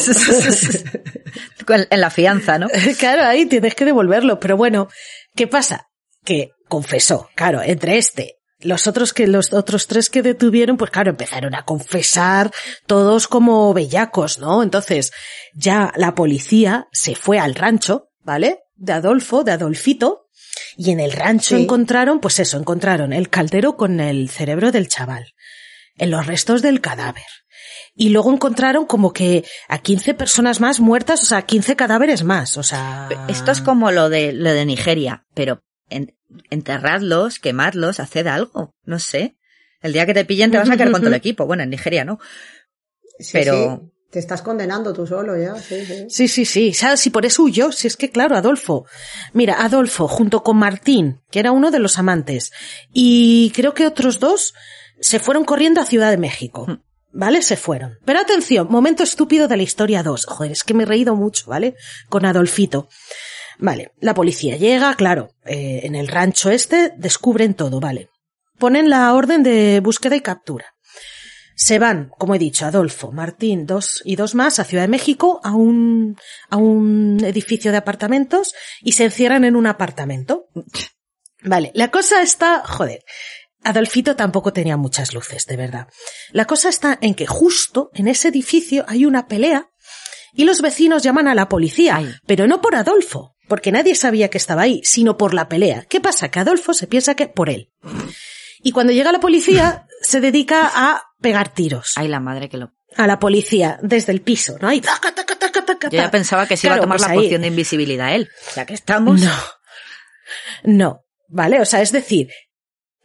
Con- En la fianza, ¿no? Claro, ahí tienes que devolverlo. Pero bueno, ¿qué pasa? Que confesó, claro, entre este, los otros que, los otros tres que detuvieron, pues claro, empezaron a confesar todos como bellacos, ¿no? Entonces, ya la policía se fue al rancho, ¿vale? De Adolfo, de Adolfito, y en el rancho Sí. encontraron, pues eso, encontraron el caldero con el cerebro del chaval, en los restos del cadáver. Y luego encontraron como que a quince personas más muertas, o sea, quince cadáveres más, o sea... Esto es como lo de, lo de Nigeria, pero en- enterradlos, quemadlos, haced algo, no sé. El día que te pillen te vas a quedar con todo el equipo. Bueno, en Nigeria no. Sí, Pero- sí, te estás condenando tú solo ya, sí, sí. Sí, sí, sí. ¿Sabes? Si por eso huyó, si es que claro, Adolfo. Mira, Adolfo, junto con Martín, que era uno de los amantes, y creo que otros dos, se fueron corriendo a Ciudad de México. ¿Vale? Se fueron. Pero atención, momento estúpido de la historia dos. Joder, es que me he reído mucho, ¿vale? Con Adolfito. Vale, la policía llega, claro, eh, en el rancho este descubren todo, ¿vale? Ponen la orden de búsqueda y captura. Se van, como he dicho, Adolfo, Martín, dos y dos más a Ciudad de México, a un, a un edificio de apartamentos y se encierran en un apartamento. Vale, la cosa está, joder, Adolfito tampoco tenía muchas luces, de verdad. La cosa está en que justo en ese edificio hay una pelea y los vecinos llaman a la policía, Ay. pero no por Adolfo, porque nadie sabía que estaba ahí, sino por la pelea. ¿Qué pasa? Que Adolfo se piensa que por él. Y cuando llega la policía, se dedica a pegar tiros Ay, la madre que lo... a la policía desde el piso, ¿no? Ahí, taca, taca, taca, taca, Yo ya taca. pensaba que se iba Claro, a tomar pues la ahí- poción de invisibilidad él. Ya que estamos... No. No. ¿Vale? O sea, es decir,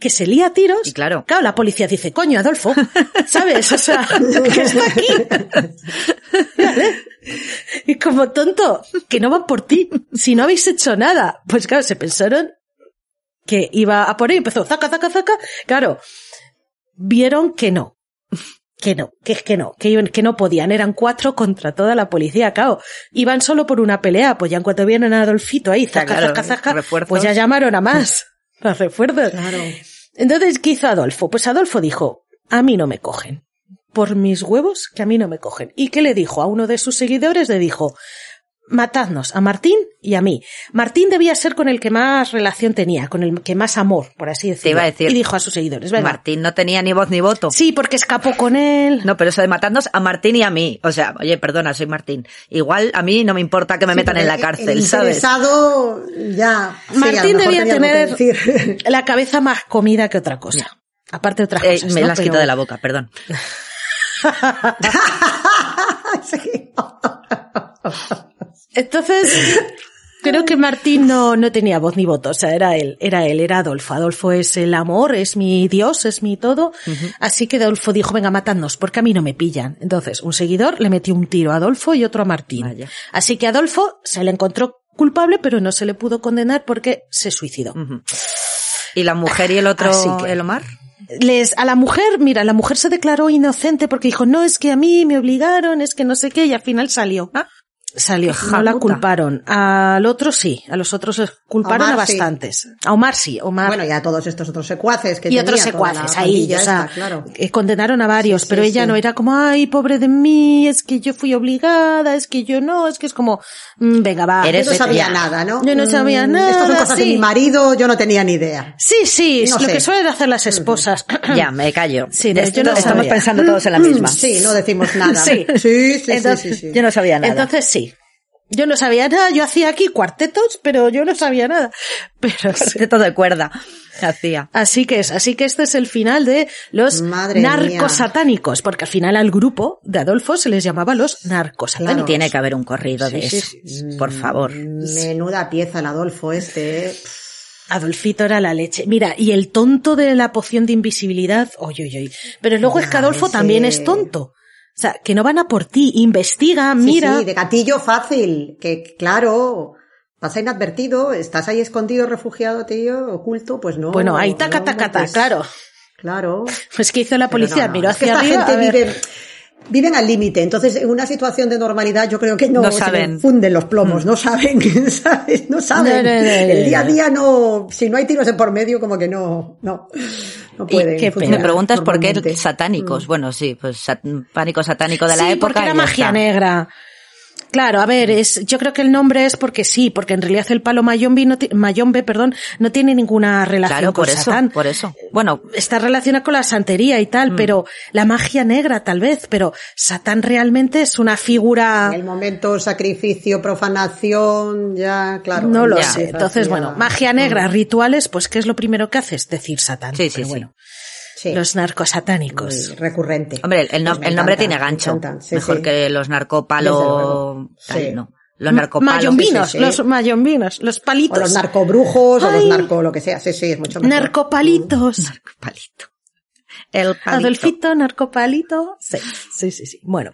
que se lía a tiros. Y claro. Claro, la policía dice, coño, Adolfo, ¿sabes? O sea, que está aquí. ¿Vale? Y como tonto, que no van por ti, si no habéis hecho nada. Pues claro, se pensaron que iba a por ahí, empezó zaca, zaca, zaca. Claro, vieron que no. Que no, que es que no, que, que no podían, eran cuatro contra toda la policía, claro, iban solo por una pelea, pues ya en cuanto vieron a Adolfito ahí, zaca, claro, zaca, zaca, refuerzos. Pues ya llamaron a más, a refuerzos. Claro. Entonces, ¿qué hizo Adolfo? Pues Adolfo dijo, a mí no me cogen, por mis huevos que a mí no me cogen. ¿Y qué le dijo? A uno de sus seguidores le dijo, matadnos a Martín y a mí. Martín debía ser con el que más relación tenía, con el que más amor, por así decirlo. Te iba a decir. Y dijo a sus seguidores, venga. Martín no tenía ni voz ni voto. Sí, porque escapó con él. No, pero eso de matadnos a Martín y a mí. O sea, oye, perdona, soy Martín. Igual a mí no me importa que me Sí, metan en la el- cárcel, el ¿sabes? interesado, ya. sí, a lo Martín mejor debía tenía algo tener que decir. la cabeza más comida que otra cosa. Aparte de otras Eh, cosas, me ¿no? las Pero- quito de la boca, perdón. Sí. Entonces, creo que Martín no, no tenía voz ni voto, o sea, era él, era él, era Adolfo. Adolfo es el amor, es mi Dios, es mi todo. Uh-huh. Así que Adolfo dijo, venga, matadnos, porque a mí no me pillan. Entonces, un seguidor le metió un tiro a Adolfo y otro a Martín. Vaya. Así que Adolfo se le encontró culpable, pero no se le pudo condenar porque se suicidó. Uh-huh. ¿Y la mujer y el otro, Así que- el Omar? Les, a la mujer, mira, la mujer se declaró inocente porque dijo, no, es que a mí me obligaron, es que no sé qué, y al final salió. Ah. Salió, Hija no la puta. culparon. Al otro sí, a los otros culparon Omar a sí. bastantes. A Omar sí, Omar. Bueno, y a todos estos otros secuaces que y otros tenía toda secuaces la ahí, pandilla o sea, esta, claro. eh, condenaron a varios, Sí, pero sí, ella sí. no era como, ay, pobre de mí, es que yo fui obligada, es que yo no, es que es como, mm, venga, va. Eres Yo no sabía vete ya. nada, ¿no? Yo no sabía Mm, nada, Estas son cosas sí. de mi marido, yo no tenía ni idea. Sí, sí, No es lo sé. que suelen hacer las esposas. Ya, me callo. Sí, no, Esto- yo no estamos sabía. pensando todos en la misma. Sí, no decimos nada. Sí. sí, sí, Entonces, sí, sí, sí. Yo no sabía nada. Entonces sí. Yo no sabía nada, yo hacía aquí cuartetos, pero yo no sabía nada. Pero sí. De todo de cuerda. Hacía. Así que es, así que este es el final de los Madre mía. narcosatánicos, porque al final al grupo de Adolfo se les llamaba los narcosatánicos. Claro. Tiene que haber un corrido Sí, de sí, eso. sí, Por favor. Menuda pieza el Adolfo este, ¿eh? Adolfito era la leche. Mira, y el tonto de la poción de invisibilidad, oy, oy, oy. Pero luego es que Ya, Adolfo ese- también es tonto. O sea, que no van a por ti, investiga, Sí, mira. sí, de gatillo fácil, que claro, pasa inadvertido, estás ahí escondido, refugiado, tío, oculto, pues no. Bueno, ahí taca, no, taca, taca, pues, claro. Claro. Pues que hizo la Pero policía, no, no, miró es que hacia esta arriba. a gente ver. vive, viven al límite, entonces en una situación de normalidad yo creo que no, No se saben. les funden los plomos, no saben, ¿sabes? No saben. No, no, no, no, El día a no. día no, si no hay tiros de por medio, como que no, no, no Y pueden. qué pena. funcionar me preguntas por qué normalmente. satánicos. Bueno, sí, pues sat- pánico satánico de la sí, época. porque era ya magia está. negra. Claro, a ver, es, yo creo que el nombre es porque sí, porque en realidad el palo mayombe, no ti- mayombe, perdón, no tiene ninguna relación Claro, con por eso, Satán. por eso. Bueno, Está relacionada con la santería y tal, Mm. pero la magia negra tal vez, pero Satán realmente es una En figura, el momento sacrificio, profanación, ya, claro. no lo ya. sé. Entonces, Hacía- bueno, magia negra, rituales, pues ¿qué es lo primero que haces? Decir Satán. Sí, sí, Pero sí. bueno, Sí. los narcosatánicos. Muy recurrente. hombre, el, no- Pues me el nombre encanta, tiene me gancho. encantan, sí, Mejor sí. que los Desde narcopalo. luego. Tal, Sí. no. Los narcopalos. Mayombinos, sí, sí. los mayombinos, los O palitos. los narcobrujos, o Ay. los narco, lo que sea. Sí, sí, es mucho mejor. Narcopalitos. Narcopalito. El palito. Adolfito, narcopalito. Sí, sí, sí, sí. Bueno.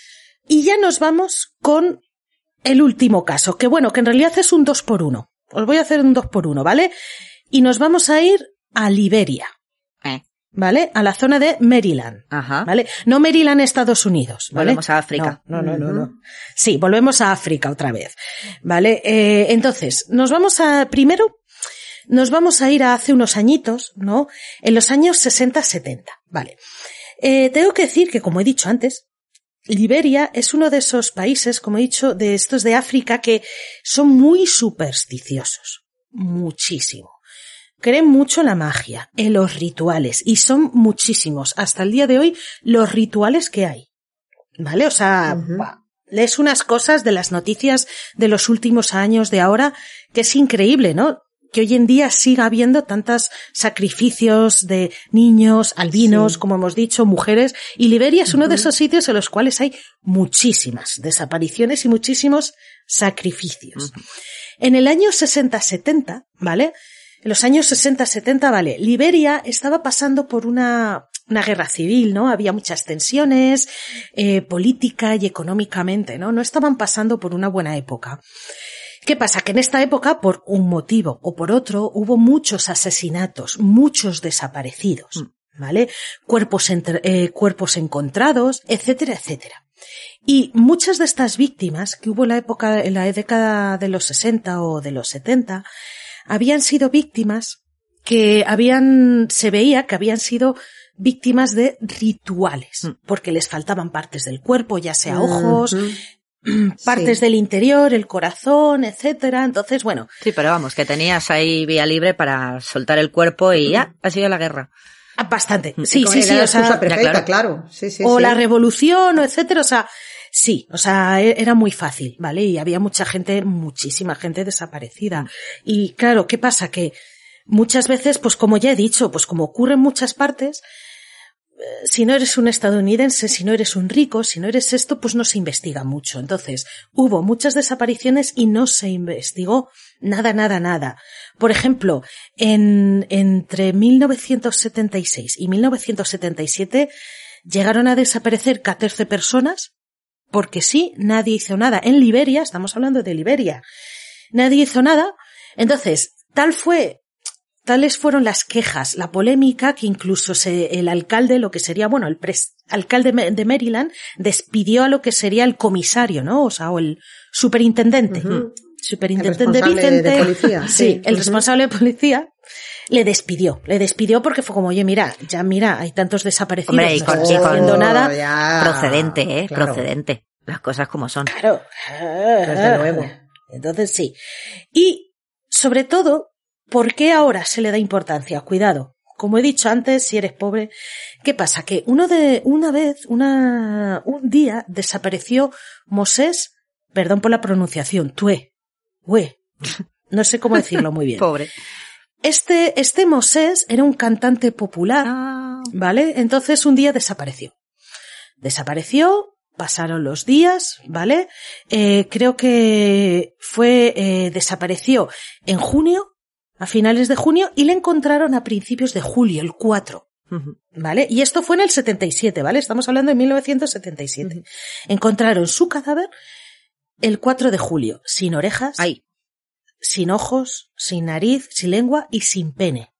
Y ya nos vamos con el último caso, que bueno, que en realidad es un dos por uno. Os voy a hacer un dos por uno, ¿vale? Y nos vamos a ir a Liberia, Eh, ¿vale? A la zona de Maryland. Ajá. ¿Vale? No Maryland, Estados Unidos, ¿vale? Volvemos a África. No, no, no, no, no. Sí, volvemos a África otra vez, ¿vale? Eh, entonces, nos vamos a, primero, nos vamos a ir a hace unos añitos, ¿no? En los años sesenta setenta, ¿vale? Eh, tengo que decir que, como he dicho antes, Liberia es uno de esos países, como he dicho, de estos de África que son muy supersticiosos. Muchísimo. Creen mucho en la magia, en los rituales, y son muchísimos, hasta el día de hoy, los rituales que hay. ¿Vale? O sea, Ujú. buah, lees unas cosas de las noticias de los últimos años, de ahora, que es increíble, ¿no? Que hoy en día siga habiendo tantos sacrificios de niños, albinos, Sí. como hemos dicho, mujeres, y Liberia es uno de esos sitios en los cuales hay muchísimas desapariciones y muchísimos sacrificios. En el año sesenta setenta, ¿vale? En los años sesenta, setenta, vale, Liberia estaba pasando por una, una guerra civil, ¿no? Había muchas tensiones, eh, política y económicamente, ¿no? No estaban pasando por una buena época. ¿Qué pasa? Que en esta época, por un motivo o por otro, hubo muchos asesinatos, muchos desaparecidos, ¿vale? Cuerpos, entre, eh, cuerpos encontrados, etcétera, etcétera. Y muchas de estas víctimas que hubo en la época, en la década de los sesenta o de los setenta, habían sido víctimas que habían, se veía que habían sido víctimas de rituales, porque les faltaban partes del cuerpo, ya sea ojos, uh-huh. partes sí. del interior, el corazón, etcétera. Entonces, bueno. Sí, pero vamos, que tenías ahí vía libre para soltar el cuerpo y ya, ha sido la guerra. Bastante. Sí, sí, sí. Era o sea, la perfecta, claro. claro. Sí, sí, o sí. la revolución, o etcétera. O sea, sí, o sea, era muy fácil, ¿vale? Y había mucha gente, muchísima gente desaparecida. Y claro, ¿qué pasa? Que muchas veces, pues como ya he dicho, pues como ocurre en muchas partes, si no eres un estadounidense, si no eres un rico, si no eres esto, pues no se investiga mucho. Entonces, hubo muchas desapariciones y no se investigó nada, nada, nada. Por ejemplo, en, entre mil novecientos setenta y seis y mil novecientos setenta y siete llegaron a desaparecer catorce personas, porque sí, nadie hizo nada. En Liberia, estamos hablando de Liberia, nadie hizo nada. Entonces, tal fue... Tales fueron las quejas, la polémica, que incluso se, el alcalde, lo que sería, bueno, el pres, alcalde de Maryland, despidió a lo que sería el comisario, ¿no? O sea, o el superintendente. Uh-huh. Superintendente el Vicente. De policía. Sí, sí. el uh-huh. responsable de policía le despidió. Le despidió porque fue como, oye, mira, ya mira, hay tantos desaparecidos, Hombre, y no con, estamos y con, haciendo nada. Ya. Procedente, eh, claro. procedente. Las cosas como son. Claro. Desde luego. Entonces sí. Y, sobre todo, ¿por qué ahora se le da importancia? Cuidado. Como he dicho antes, si eres pobre, ¿qué pasa? Que uno de, una vez, una, un día desapareció Mosés, perdón por la pronunciación, Tué, Ué, no sé cómo decirlo muy bien. Pobre. Este, este Mosés era un cantante popular, ah. ¿vale? Entonces un día desapareció. Desapareció, pasaron los días, ¿vale? Eh, creo que fue, eh, desapareció en junio, a finales de junio, y le encontraron a principios de julio, el cuatro, uh-huh. ¿vale? Y esto fue en el setenta y siete, ¿vale? Estamos hablando de mil novecientos setenta y siete. Uh-huh. Encontraron su cadáver el cuatro de julio, sin orejas, Ay. sin ojos, sin nariz, sin lengua y sin pene.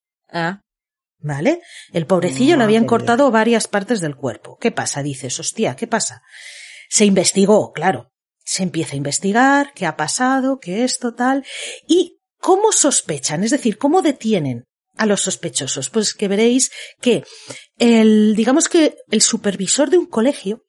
Ah. ¿Vale? El pobrecillo no, le habían cortado bien. varias partes del cuerpo. ¿Qué pasa? Dices, hostia, ¿qué pasa? Se investigó, claro. Se empieza a investigar, qué ha pasado, qué esto, tal, y ¿cómo sospechan? Es decir, ¿cómo detienen a los sospechosos? Pues que veréis que el, digamos que el supervisor de un colegio,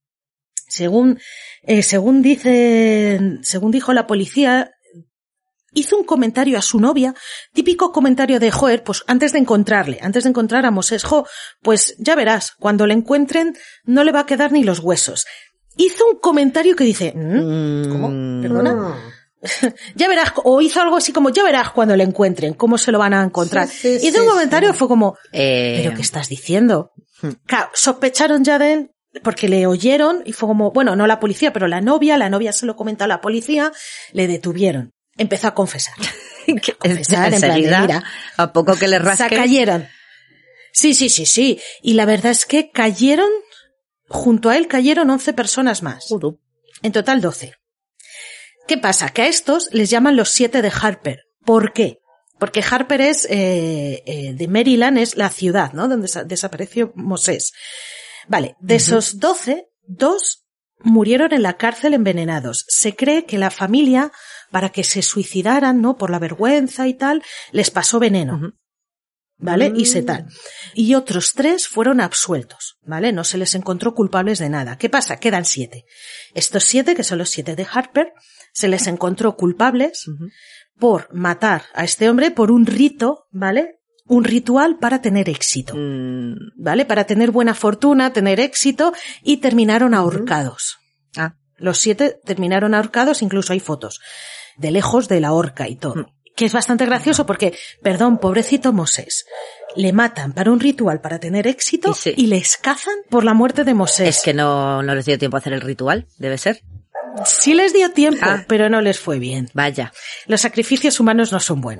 según, eh, según dice, según dijo la policía, hizo un comentario a su novia, típico comentario de, joder, pues antes de encontrarle, antes de encontrar a Mosés, jo, pues ya verás, cuando le encuentren no le va a quedar ni los huesos. Hizo un comentario que dice, ¿Mm? ¿Cómo? ¿Perdona? No. Ya verás, o hizo algo así como, ya verás cuando le encuentren, cómo se lo van a encontrar. Sí, sí, hizo sí, un comentario sí. fue como, eh... ¿pero qué estás diciendo? Hmm. Claro, sospecharon ya de él, porque le oyeron, y fue como, bueno, no la policía, pero la novia, la novia se lo comentó a la policía, le detuvieron. Empezó a confesar. A confesar, en plan de, mira, a poco que le rasquen. Se cayeron. Sí, sí, sí, sí. Y la verdad es que cayeron, junto a él cayeron once personas más. Uh-huh. En total doce. ¿Qué pasa? Que a estos les llaman los siete de Harper. ¿Por qué? Porque Harper es, eh, eh, de Maryland, es la ciudad, ¿no? Donde sa- desapareció Mosés. Vale, de uh-huh. esos doce, dos murieron en la cárcel envenenados. Se cree que la familia, para que se suicidaran, ¿no? Por la vergüenza y tal, les pasó veneno. Uh-huh. ¿Vale? Mm. Y se tal. Y otros tres fueron absueltos, ¿vale? No se les encontró culpables de nada. ¿Qué pasa? Quedan siete. Estos siete, que son los siete de Harper, se les encontró culpables uh-huh. por matar a este hombre por un rito, ¿vale? Un ritual para tener éxito, mm. ¿vale? Para tener buena fortuna, tener éxito, y terminaron ahorcados. Uh-huh. Ah. Los siete terminaron ahorcados, incluso hay fotos de lejos de la horca y todo. Uh-huh. Que es bastante gracioso porque, perdón, pobrecito Mosés, le matan para un ritual para tener éxito y, sí. y les cazan por la muerte de Mosés. Es que no, no les dio tiempo a hacer el ritual, debe ser. Sí les dio tiempo, ah. pero no les fue bien. Vaya. Los sacrificios humanos no son buenos.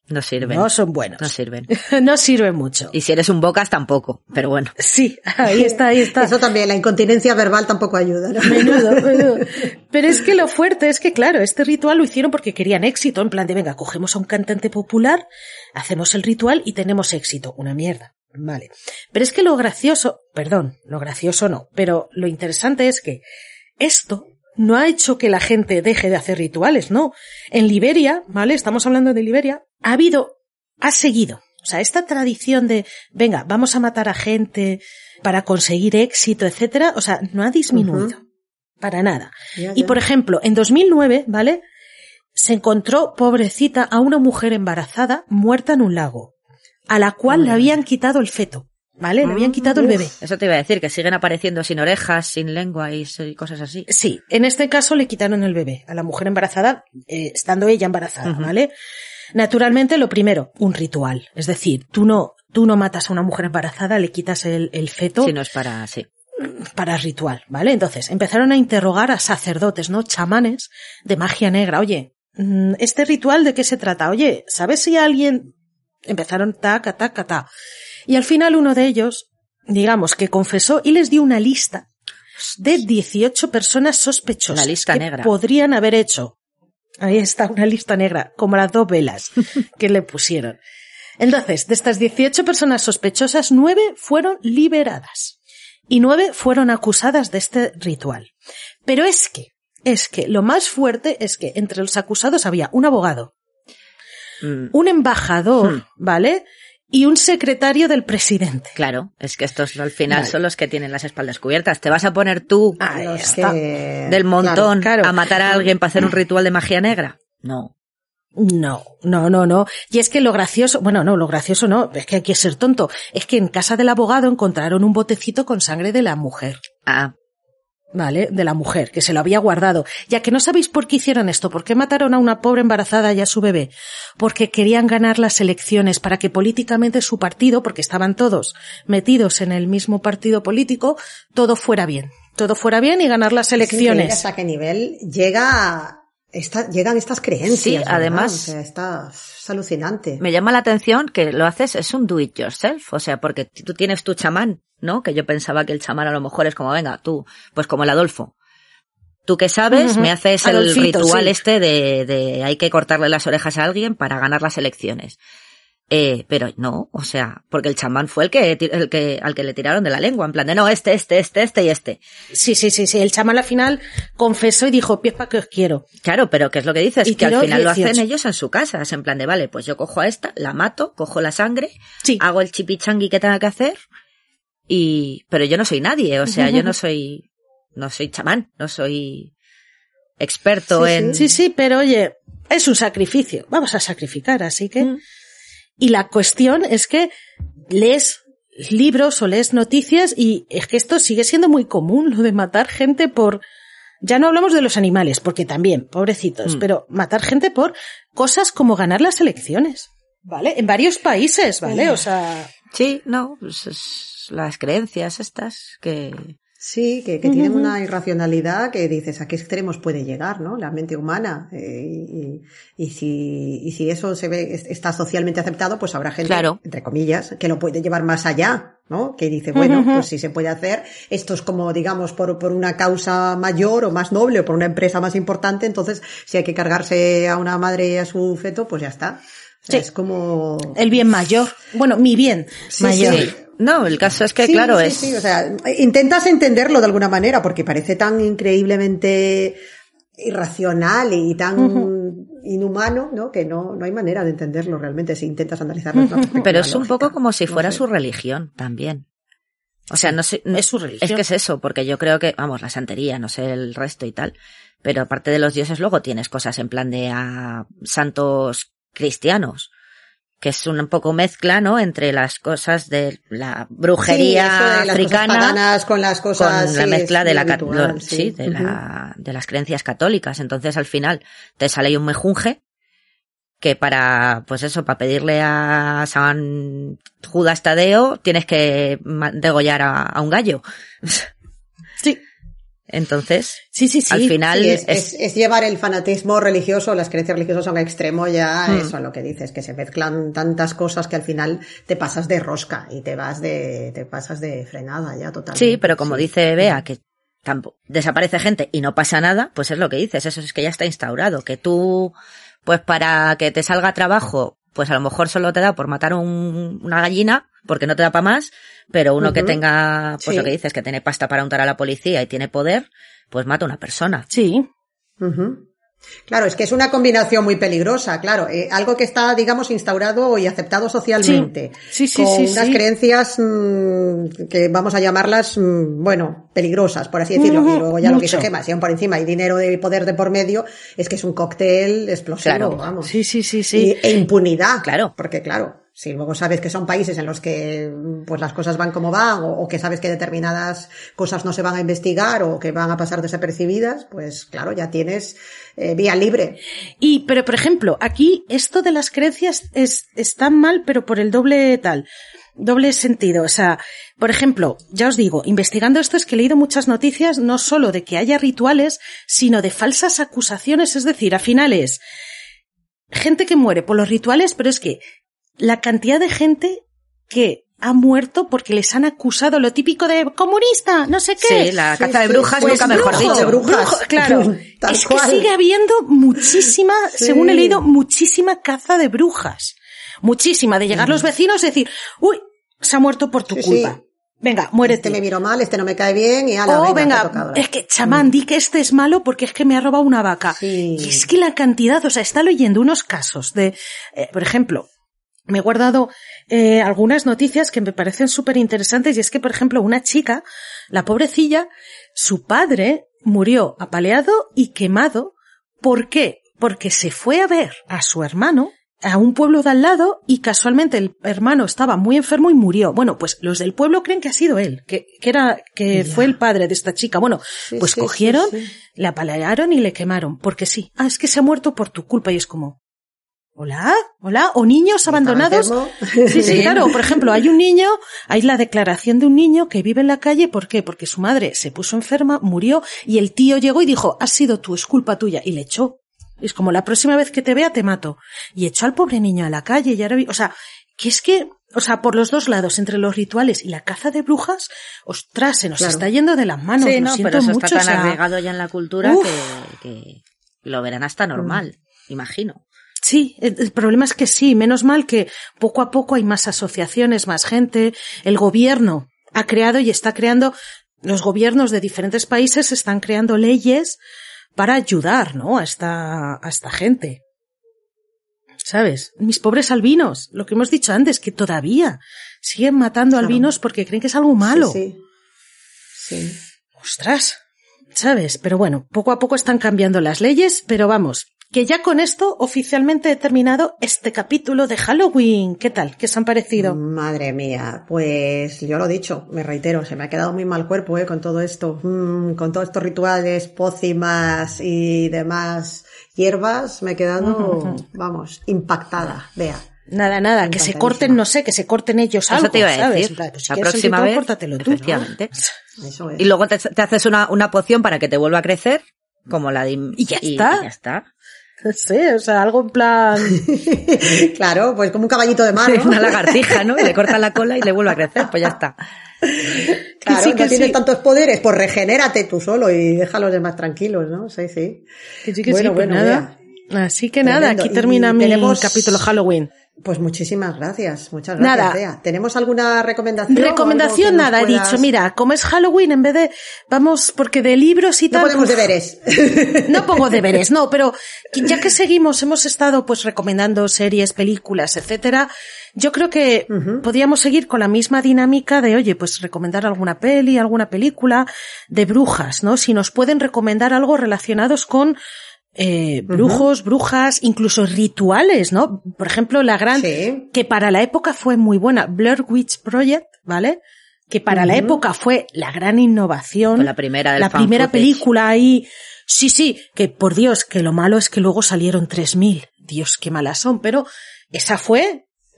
No sirven. No son buenos. No sirven. No sirven mucho. Y si eres un bocas tampoco, pero bueno. Sí, ahí está, ahí está. Eso también, la incontinencia verbal tampoco ayuda, ¿no? Menudo, menudo. Pero es que lo fuerte es que, claro, este ritual lo hicieron porque querían éxito, en plan de, venga, cogemos a un cantante popular, hacemos el ritual y tenemos éxito. Una mierda. Vale. Pero es que lo gracioso, perdón, lo gracioso no, pero lo interesante es que esto no ha hecho que la gente deje de hacer rituales, no. En Liberia, ¿vale? Estamos hablando de Liberia, ha habido, ha seguido. O sea, esta tradición de, venga, vamos a matar a gente para conseguir éxito, etcétera, o sea, no ha disminuido. Uh-huh. Para nada. Ya, ya. Y, por ejemplo, en dos mil nueve, ¿vale? Se encontró, pobrecita, a una mujer embarazada muerta en un lago, a la cual uh-huh. le habían quitado el feto. ¿Vale? Le habían quitado el bebé. Eso te iba a decir, que siguen apareciendo sin orejas, sin lengua y cosas así. Sí, en este caso le quitaron el bebé a la mujer embarazada, eh, estando ella embarazada, uh-huh. ¿vale? Naturalmente, lo primero, un ritual. Es decir, tú no, tú no matas a una mujer embarazada, le quitas el, el feto. Si no es para, sí. Para ritual, ¿vale? Entonces, empezaron a interrogar a sacerdotes, ¿no? Chamanes de magia negra. Oye, ¿este ritual de qué se trata? Oye, ¿sabes si alguien...? Empezaron taca, taca, ta. Y al final uno de ellos, digamos, que confesó y les dio una lista de dieciocho personas sospechosas. Una lista que negra. Podrían haber hecho. Ahí está, una lista negra, como las dos velas que le pusieron. Entonces, de estas dieciocho personas sospechosas, nueve fueron liberadas. Y nueve fueron acusadas de este ritual. Pero es que, es que, lo más fuerte es que entre los acusados había un abogado, mm. un embajador, mm. ¿vale?, y un secretario del presidente. Claro, es que estos al final vale. son los que tienen las espaldas cubiertas. ¿Te vas a poner tú que... del montón claro, claro. a matar a alguien para hacer un ritual de magia negra? No. No, no, no, no. Y es que lo gracioso, bueno, no, lo gracioso no, es que hay que ser tonto. Es que en casa del abogado encontraron un botecito con sangre de la mujer. Ah. ¿Vale? De la mujer, que se lo había guardado. Ya que no sabéis por qué hicieron esto, por qué mataron a una pobre embarazada y a su bebé. Porque querían ganar las elecciones para que políticamente su partido, porque estaban todos metidos en el mismo partido político, todo fuera bien. Todo fuera bien y ganar las elecciones. Sí, ¿hasta qué nivel llega esta, llegan estas creencias? Sí, ¿verdad? además. O sea, está, es alucinante. Me llama la atención que lo haces, es un do it yourself. O sea, porque tú tienes tu chamán, ¿no? Que yo pensaba que el chamán a lo mejor es como, venga, tú, pues como el Adolfo. Tú que sabes, uh-huh. me haces Adolfito, el ritual sí. este de, de hay que cortarle las orejas a alguien para ganar las elecciones. Eh, pero no, o sea, porque el chamán fue el que, el que, al que le tiraron de la lengua, en plan de no, este, este, este, este y este. Sí, sí, sí, sí, el chamán al final confesó y dijo, pies para que os quiero. Claro, pero ¿qué es lo que dices? Y que al final dieciocho. Lo hacen ellos en su casa, es en plan de, vale, pues yo cojo a esta, la mato, cojo la sangre, sí. hago el chipichangui que tenga que hacer, y, pero yo no soy nadie, o sea, yo no soy, no soy chamán, no soy experto sí, en... Sí, sí, pero oye, es un sacrificio, vamos a sacrificar, así que... Mm. Y la cuestión es que lees libros o lees noticias y es que esto sigue siendo muy común, lo de matar gente por... Ya no hablamos de los animales, porque también, pobrecitos, mm. pero matar gente por cosas como ganar las elecciones, ¿vale? En varios países, ¿vale? Mm. O sea... Sí, no, pues es las creencias estas que... Sí, que, que uh-huh. tienen una irracionalidad que dices, ¿a qué extremos puede llegar, no? La mente humana. Eh, y, y si, y si eso se ve, está socialmente aceptado, pues habrá gente, claro. entre comillas, que lo puede llevar más allá, ¿no? Que dice, bueno, uh-huh. pues si se puede hacer, esto es como, digamos, por, por una causa mayor o más noble o por una empresa más importante, entonces, si hay que cargarse a una madre y a su feto, pues ya está. O sea, sí. Es como... El bien mayor. Bueno, mi bien sí, mayor. Sí. No, el caso es que, sí, claro, sí, es... Sí, o sea, intentas entenderlo de alguna manera porque parece tan increíblemente irracional y tan uh-huh. inhumano, ¿no? Que no, no hay manera de entenderlo realmente si intentas analizarlo. Uh-huh. Pero es un poco como si fuera no sé. su religión también. O sea, no sé... No, es su religión. Es que es eso, porque yo creo que, vamos, la santería, no sé el resto y tal, pero aparte de los dioses luego tienes cosas en plan de a santos cristianos, que es un poco mezcla, ¿no? Entre las cosas de la brujería sí, eso de las africana cosas paganas con las cosas con la sí, mezcla de la habitual, lo, sí, sí de uh-huh. la de las creencias católicas. Entonces al final te sale ahí un mejunje que para pues eso, para pedirle a San Judas Tadeo tienes que degollar a, a un gallo. Sí. Entonces, sí, sí, sí. al final Sí, es, es, es, es llevar el fanatismo religioso, las creencias religiosas a un extremo ya, Mm. eso es lo que dices, que se mezclan tantas cosas que al final te pasas de rosca y te vas de, te pasas de frenada ya totalmente. sí, pero como Sí. dice Bea, que tampoco desaparece gente y no pasa nada, pues es lo que dices, eso es que ya está instaurado, que tú, pues para que te salga trabajo, pues a lo mejor solo te da por matar un, una gallina, porque no te da para más, pero uno Ujú. que tenga, pues Sí. lo que dices, que tiene pasta para untar a la policía y tiene poder, pues mata a una persona. Sí. Ujú. Claro, es que es una combinación muy peligrosa, claro, eh, algo que está, digamos, instaurado y aceptado socialmente, Sí, sí, con sí, unas sí. creencias mmm, que vamos a llamarlas, mmm, bueno, peligrosas, por así decirlo, Ujú, y luego ya lo que mucho. se quema, si aún por encima hay dinero y poder de por medio, es que es un cóctel explosivo, Claro. vamos. Sí, sí, sí, sí. Y- e impunidad. Claro. Porque claro, si luego sabes que son países en los que pues las cosas van como van, o, o que sabes que determinadas cosas no se van a investigar o que van a pasar desapercibidas, pues claro, ya tienes eh, vía libre. Y, pero por ejemplo, aquí esto de las creencias es, está mal, pero por el doble tal, doble sentido. O sea, por ejemplo, ya os digo, investigando esto es que he leído muchas noticias, no solo de que haya rituales, sino de falsas acusaciones. Es decir, a finales, gente que muere por los rituales, pero es que la cantidad de gente que ha muerto porque les han acusado lo típico de comunista, no sé qué. Sí, la Sí, caza de sí, brujas, pues nunca mejor brujo, dicho. brujas. Brujo, claro. Tal es cual. que sigue habiendo muchísima, Sí. según he leído, muchísima caza de brujas. Muchísima, de llegar los vecinos y decir, uy, se ha muerto por tu Sí, culpa. sí. Venga, muérete. Este me miro mal, este no me cae bien y ala, Oh, venga, te venga, toca ahora. es que chamán, di que este es malo porque es que me ha robado una vaca. Sí. Y es que la cantidad, o sea, está leyendo unos casos de, eh, por ejemplo, me he guardado eh, algunas noticias que me parecen súper interesantes y es que, por ejemplo, una chica, la pobrecilla, su padre murió apaleado y quemado. ¿Por qué? Porque se fue a ver a su hermano a un pueblo de al lado y casualmente el hermano estaba muy enfermo y murió. Bueno, pues los del pueblo creen que ha sido él, que, que era, que Ya. fue el padre de esta chica. Bueno, Sí, pues sí, cogieron, sí, sí. le apalearon y le quemaron, porque sí. Ah, es que se ha muerto por tu culpa y es como, ¿hola? ¿Hola? ¿O niños abandonados? enfermo. Sí, sí, claro. Por ejemplo, hay un niño, hay la declaración de un niño que vive en la calle. ¿Por qué? Porque su madre se puso enferma, murió y el tío llegó y dijo, ha sido tú, es culpa tuya. Y le echó. Es como, la próxima vez que te vea te mato. Y echó al pobre niño a la calle y ahora, vi- o sea, que es que, o sea, por los dos lados, entre los rituales y la caza de brujas, ostras, se nos Claro. está yendo de las manos. Sí, lo no, siento pero eso mucho, está tan o sea, arraigado ya en la cultura Uf. que, que lo verán hasta normal, imagino. Sí, el el problema es que sí, menos mal que poco a poco hay más asociaciones, más gente, el gobierno ha creado y está creando, los gobiernos de diferentes países están creando leyes para ayudar, ¿no? A esta, a esta gente. ¿Sabes? Mis pobres albinos, lo que hemos dicho antes, que todavía siguen matando Claro. albinos porque creen que es algo malo. Sí, sí. Sí. Ostras, ¿sabes? Pero bueno, poco a poco están cambiando las leyes, pero vamos, que ya con esto oficialmente he terminado este capítulo de Halloween. ¿Qué tal? ¿Qué os han parecido? Madre mía, pues yo lo he dicho, me reitero, se me ha quedado muy mal cuerpo eh, con todo esto, mm, con todos estos rituales, pócimas y demás hierbas, me he quedado, vamos, impactada, vea. Nada, nada, que se Encantadísima. corten, no sé, que se corten ellos Eso algo, te iba a ¿sabes? decir. En plan, pues si La quieres el próxima ritual, vez, córtatelo tú, ¿no? efectivamente. Eso es. Y luego te, te haces una, una poción para que te vuelva a crecer, como la de... Y ya está. Y ya está. Sí, o sea, algo en plan... Claro, pues como un caballito de mar, Sí, ¿no? una lagartija, ¿no? Y le cortan la cola y le vuelve a crecer, pues ya está. Claro, sí, no que tienes sí. tantos poderes, pues regénérate tú solo y deja a los demás tranquilos, ¿no? Sí, sí. Que sí, que Bueno, sí, pues bueno, nada. Así que nada, Tremendo. aquí termina Y mi tenemos- capítulo Halloween. Pues muchísimas gracias, muchas gracias, Nada. Bea. ¿Tenemos alguna recomendación? o algo Recomendación que nos nada, he puedas- dicho, mira, como es Halloween, en vez de, vamos, porque de libros y No tal... ponemos pues, deberes. No pongo deberes, no, pero que ya que seguimos, hemos estado pues recomendando series, películas, etcétera. Yo creo que podríamos seguir con la misma dinámica de, oye, pues recomendar alguna peli, alguna película de brujas, ¿no? Si nos pueden recomendar algo relacionados con eh, brujos, brujas, incluso rituales, ¿no? Por ejemplo, la gran, Sí. que para la época fue muy buena, Blair Witch Project, ¿vale? Que para la época fue la gran innovación. Fue la primera del La fan primera footage. película ahí. Sí, sí, que por Dios, que lo malo es que luego salieron tres mil. Dios, qué malas son, pero esa fue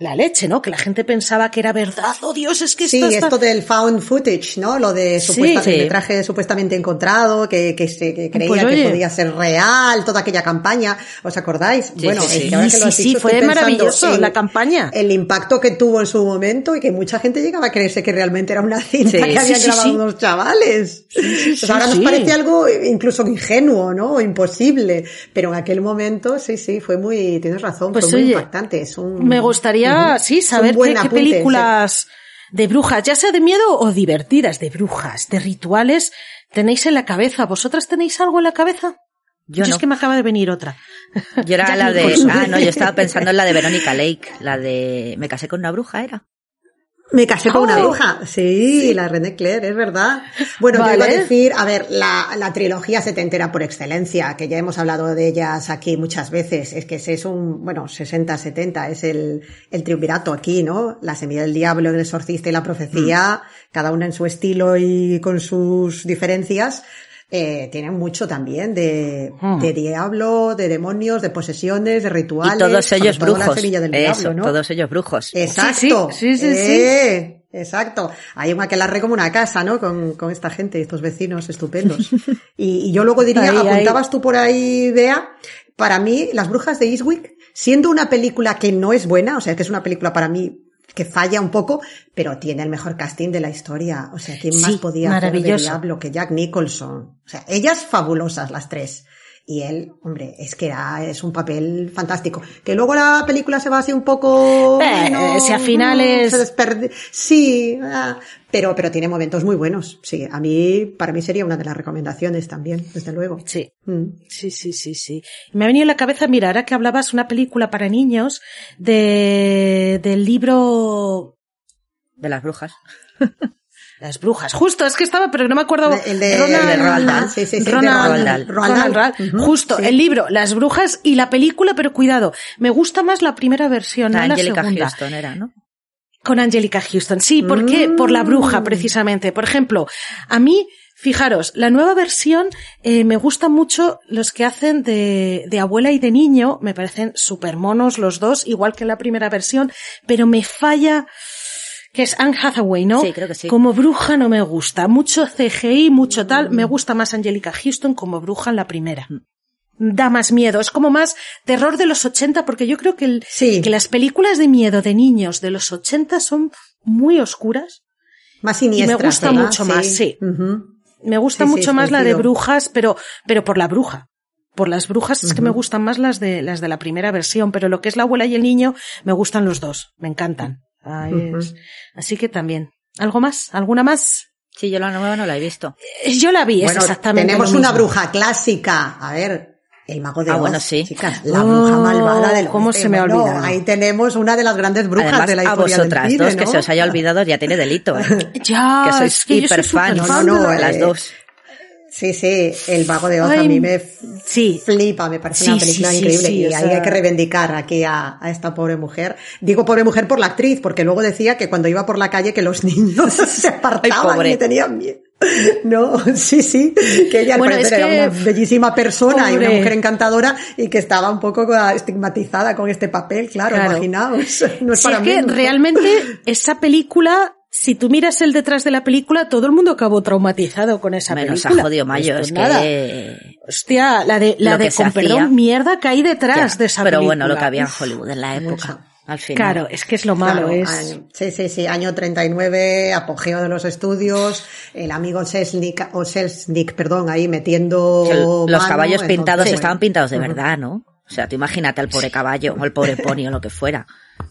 la leche, ¿no? Que la gente pensaba que era verdad. ¡Oh, Dios, es que esto Sí, está... esto del found footage, ¿no? Lo de Sí, supuesta, sí. el metraje supuestamente encontrado, que, que se que creía Pues, que oye. podía ser real, toda aquella campaña. ¿Os acordáis? Sí, bueno, sí, es sí. que ahora que lo has Sí, dicho, sí, fue estoy pensando maravilloso en la campaña. El impacto que tuvo en su momento y que mucha gente llegaba a creerse que realmente era una cinta Sí, que sí, habían sí, grabado sí. unos chavales. Pues sí, ahora nos sí. parece algo incluso ingenuo, ¿no? O imposible. Pero en aquel momento, sí, sí, fue muy, tienes razón, Pues, fue muy oye, impactante. Es un, Me gustaría, Ujú. sí, Es un saber buen qué, qué apunte, sí. películas de brujas, ya sea de miedo o divertidas, de brujas, de rituales, tenéis en la cabeza. ¿Vosotras tenéis algo en la cabeza? Yo no. es que me acaba de venir otra. Yo era Jack la de... Nicholson. Ah, no, yo estaba pensando en la de Verónica Lake, la de... Me casé con una bruja, ¿era? Me casé con una Oh. bruja. Sí, la René Claire, es verdad. Bueno, yo Vale. iba a decir, a ver, la, la trilogía setentera por excelencia, que ya hemos hablado de ellas aquí muchas veces, es que ese es un, bueno, sesenta setenta, es el, el triunvirato aquí, ¿no? La Semilla del Diablo, El Exorcista y La Profecía, Mm. cada una en su estilo y con sus diferencias. Eh, tienen mucho también de, Mm. de diablo, de demonios, de posesiones, de rituales. Y todos ellos sobre todo la brujos. Semilla del Eso, Diablo, ¿no? todos ellos brujos. Exacto. Sí, sí, sí, sí, Eh, Exacto. Hay una que la re como una casa, ¿no? Con, con esta gente, estos vecinos estupendos. Y, y yo luego diría, Ahí, apuntabas ahí. tú por ahí, Bea, para mí, Las Brujas de Eastwick, siendo una película que no es buena, o sea, que es una película para mí que falla un poco, pero tiene el mejor casting de la historia. O sea, ¿quién Sí, más podía hacer de maravilloso. diablo que Jack Nicholson? O sea, ellas fabulosas las tres. Y él, hombre, es que era, es un papel fantástico. Que luego la película se va así un poco... Eh, bueno, si al final es- se desperde- Sí, ah, pero, pero tiene momentos muy buenos. Sí, a mí, para mí sería una de las recomendaciones también, desde luego. Sí. Mm. Sí, sí, sí, sí. Me ha venido en la cabeza, mira, ahora que hablabas una película para niños de, del libro De las brujas. Las Brujas. Justo, es que estaba, pero no me acuerdo. El de- Ronald, el de Roald Dahl. Sí, sí, sí, de Ronald, Roald Dahl. Ronald Dahl. Ujú, Justo, sí. el libro, Las Brujas y la película, pero cuidado, me gusta más la primera versión, La no la Angelica segunda. Houston era, ¿no? Con Angelica Houston. Sí, ¿por qué? Mm. Por la bruja, precisamente. Por ejemplo, a mí, fijaros, la nueva versión, eh, me gustan mucho los que hacen de, de abuela y de niño, me parecen súper monos los dos, igual que en la primera versión, pero me falla, que es Anne Hathaway, ¿no? Sí, creo que sí. Como bruja no me gusta. Mucho C G I, mucho tal. Me gusta más Angelica Houston como bruja en la primera. Da más miedo. Es como más terror de los ochenta, porque yo creo que, el, Sí. que las películas de miedo de niños de los ochenta son muy oscuras. Más siniestras. Y me gusta ¿verdad? mucho más, sí. Ujú. Me gusta Sí, sí, mucho más la de coincido. brujas, pero, pero por la bruja. Por las brujas es que me gustan más las de, las de la primera versión, pero lo que es la abuela y el niño, me gustan los dos. Me encantan. Ah, es- Así que también. ¿Algo más? ¿Alguna más? Sí, yo la nueva no la he visto. Eh, Yo la vi, es Bueno, exactamente tenemos lo una mismo. bruja clásica. A ver, el mago de Ah, Oz, bueno, sí. chicas, la Oh, bruja malvada del ¿cómo oeste. se me ha Bueno, olvidado? ahí tenemos una de las grandes brujas Además, de la a historia vosotras del cine, dos, que ¿no? se os haya olvidado, ya tiene delito, ¿eh? Ya, que sois es que yo soy hiperfans. superfan No, no, de no, la- las eh, dos. Sí, sí, el mago de Oz Ay, a mí me f- sí. flipa, me parece Sí, una sí, película sí, increíble sí, y o ahí sea- hay que reivindicar aquí a, a esta pobre mujer. Digo pobre mujer por la actriz, porque luego decía que cuando iba por la calle que los niños se apartaban pobre. y le tenían miedo. No, sí, sí, que ella al Bueno, parecer es que- era una bellísima persona y una Pobre. mujer encantadora y que estaba un poco estigmatizada con este papel, claro, Claro. imaginaos. No es Si para es que menos, ¿no? realmente esa película, si tú miras el detrás de la película, todo el mundo acabó traumatizado con esa Menos película. a Jodido Mayo, Esto es nada. que... Hostia, la de, la Lo que de se con hacía. perdón, mierda que hay detrás Ya, de esa pero película. bueno, lo que había en Uf, Hollywood en la época, mucho. al final. Claro, es que es lo malo, Claro, es... año- sí, sí, sí, año treinta y nueve, apogeo de los estudios, el amigo Selznick, o Selznick, perdón, ahí metiendo Que el- los mano, caballos pintados entonces, estaban pintados de Ujú. verdad, ¿no? O sea, tú imagínate al pobre caballo o el pobre pony o lo que fuera.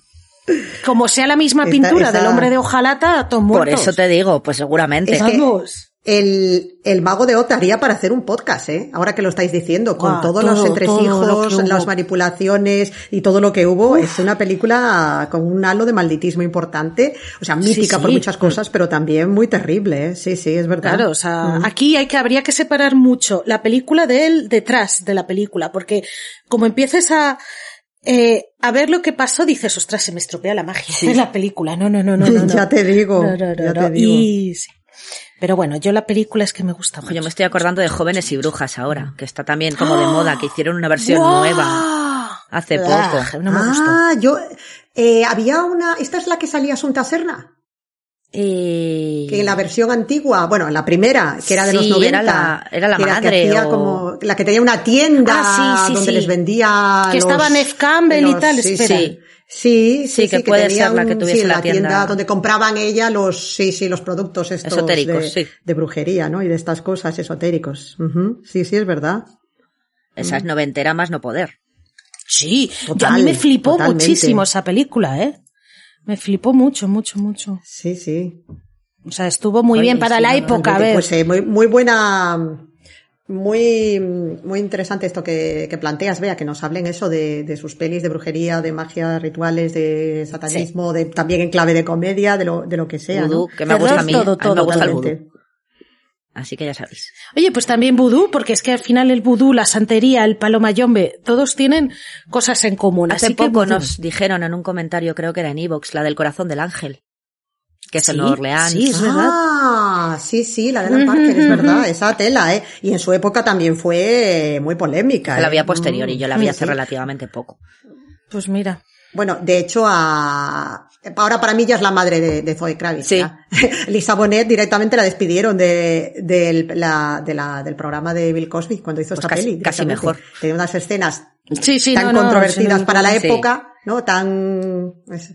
Como sea la misma Esta- pintura esa- del hombre de hojalata, todos Por muertos. eso te digo, pues seguramente. Es que Vamos. el, el mago de Oz haría para hacer un podcast, ¿eh? Ahora que lo estáis diciendo, con Guau, todos todo, los todo lo entresijos, que hubo. las manipulaciones y todo lo que hubo, es una película con un halo de malditismo importante, o sea, mítica sí. por muchas cosas, pero también muy terrible, ¿eh? Sí, sí, es verdad. Claro, o sea, aquí hay que, habría que separar mucho la película de él detrás de la película, porque como empieces a, eh, a ver lo que pasó, dices, ostras, se me estropea la magia de la película. No, no, no, no, no. no. Ya te digo, No, no, no, ya no. te digo. Y, sí. Pero bueno, yo la película es que me gusta Ojo, mucho. yo me estoy acordando de Jóvenes y Brujas ahora, que está también como de moda, que hicieron una versión ¡Guau! nueva. Hace poco. Ah, no me gustó. Ah, yo... Eh, había una... ¿Esta es la que salía Asunta Serna? Y... Que en la versión antigua, bueno, en la primera, que era de Sí, los noventa. era la- era la que que madre hacía o- como, la que tenía una tienda Ah, sí, sí, donde sí. les vendía Que los- estaba Neve Campbell y los- tal, sí, espera. Sí, sí, sí, Sí, que sí, puede tenía ser la que un- tuviese sí, la la tienda tienda. donde compraban ella los, sí, sí, los productos estos Esotéricos, de, sí. de brujería, ¿no? Y de estas cosas esotéricos. Ujú. Sí, sí, es verdad. Esa es noventera más no poder. Sí, yo- Total, a mí me flipó totalmente. muchísimo esa película, ¿eh? Me flipó mucho, mucho, mucho. Sí, sí. O sea, estuvo muy Oye, bien para sí, la no, época, a ver. Pues eh, muy, muy buena, muy, muy interesante esto que, que planteas, Bea, que nos hablen eso de, de sus pelis de brujería, de magia, rituales, de satanismo, de, también en clave de comedia, de lo, de lo que sea, Vudú, ¿no? que me Terror, gusta a mí. todo, a mí todo, me gusta el Totalmente. vudú. Así que ya sabéis. Oye, pues también vudú, porque es que al final el vudú, la santería, el palo mayombe, todos tienen cosas en común. Hace así que poco vudú. nos dijeron en un comentario, creo que era en iVoox, la del corazón del ángel. Que es Sí, en Nueva Orleans. sí, es verdad. Ah, sí, sí, la de Alan Parker, es verdad, esa tela, ¿eh? Y en su época también fue muy polémica. Que la ¿eh? vi a posterior y yo la vi Sí, hace sí. relativamente poco. Pues mira. Bueno, de hecho, a... ahora para mí ya es la madre de, de Zoe Kravitz. Sí. ¿ya? Lisa Bonet directamente la despidieron de, del, la, de la, del programa de Bill Cosby cuando hizo Pues esta casi- peli. casi directamente. mejor. Tenía unas escenas Sí, sí, tan no, no, controvertidas sí, para la sí. época, ¿no? Tan, es-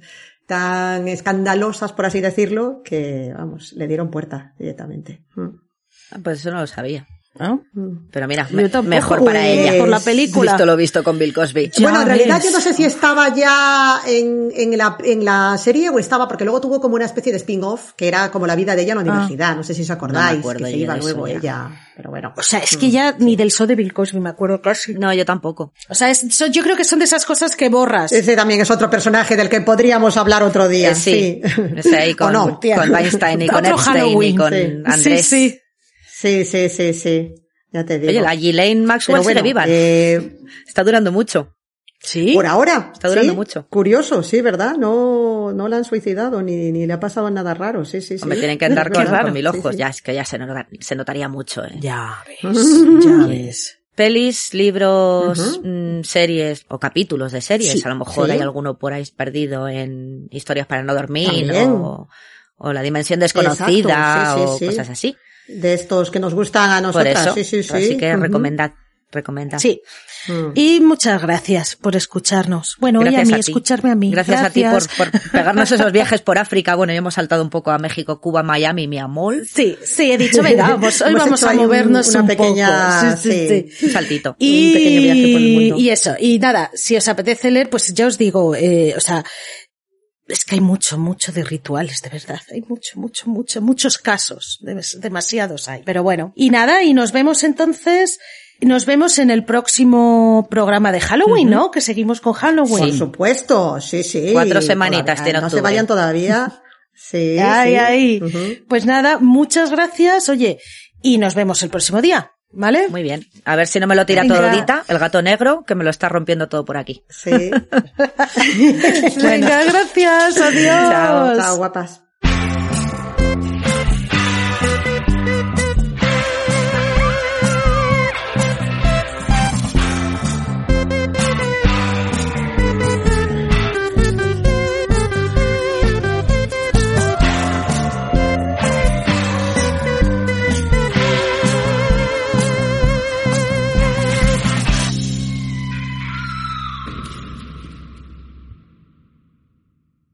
tan escandalosas, por así decirlo, que, vamos, le dieron puerta directamente. Mm. Ah, pues eso no lo sabía. ¿no? Mm. Pero mira, Yo me- tampoco, mejor para pues, ella. por la película. Visto lo visto con Bill Cosby. Ya Bueno, en realidad ves. yo no sé si estaba ya en, en, la, en la serie o estaba, porque luego tuvo como una especie de spin-off, que era como la vida de ella en la universidad. No sé si os acordáis, No me acuerdo que se yo iba de eso luego ya. ella. Pero bueno. O sea, es que ya ni del show de Bill Cosby me acuerdo casi. No, yo tampoco. O sea, es- son- yo creo que son de esas cosas que borras. Ese también es otro personaje del que podríamos hablar otro día. Eh, sí. sí. Ese ahí con, ¿O no? con Weinstein y con Otro Epstein Halloween, y con sí. Andrés. Sí, sí. Sí, sí, sí, sí. Ya te digo. Oye, la Ghislaine Maxwell Pero bueno, sigue viva. eh, Está durando mucho. Sí. por ahora. Está durando sí. mucho. Curioso, sí, ¿verdad? No, no la han suicidado ni, ni le ha pasado nada raro. Sí, sí, sí. Hombre, tienen que andar Es con, verdad. con mil ojos. Sí, sí. Ya, es que ya se, nota- se notaría mucho. ¿eh? Ya ves, ya ves. Pelis, libros, Ujú. mm, series o capítulos de series. Sí, a lo mejor sí. hay alguno por ahí perdido en Historias para no dormir También. o, o La Dimensión Desconocida Exacto, sí, sí, o sí. cosas así. De estos que nos gustan a Por nosotras. eso. Sí, sí, sí. Así que Ujú. recomendad. Recomendad. Sí. Mm. Y muchas gracias por escucharnos. Bueno, y a Gracias mí, a ti. escucharme a mí. Gracias, a ti por, por pegarnos esos viajes por África. Bueno, ya hemos saltado un poco a México, Cuba, Miami, mi amor. Sí, sí, he dicho, venga, vamos, hoy Hemos vamos hecho a ahí un- movernos una un pequeña- poco. Sí, sí, sí. sí. Un saltito. Y, Un pequeño viaje por el mundo. y eso, y nada, si os apetece leer, pues ya os digo, eh, o sea, es que hay mucho, mucho de rituales, de verdad. Hay mucho, mucho, mucho, muchos casos. Demes- Demasiados hay. Pero bueno. Y nada, y nos vemos entonces, nos vemos en el próximo programa de Halloween, ¿no? Que seguimos con Halloween. Por supuesto, sí, sí. Cuatro semanitas Todavía, tiene No se octubre. vayan todavía. Sí, Ay, sí. ay. Ujú. Pues nada, muchas gracias, oye, y nos vemos el próximo día, ¿vale? Muy bien. A ver si no me lo tira Venga. todo Dita, el gato negro, que me lo está rompiendo todo por aquí. Sí. Venga, gracias, adiós. Chao. Chao, guapas.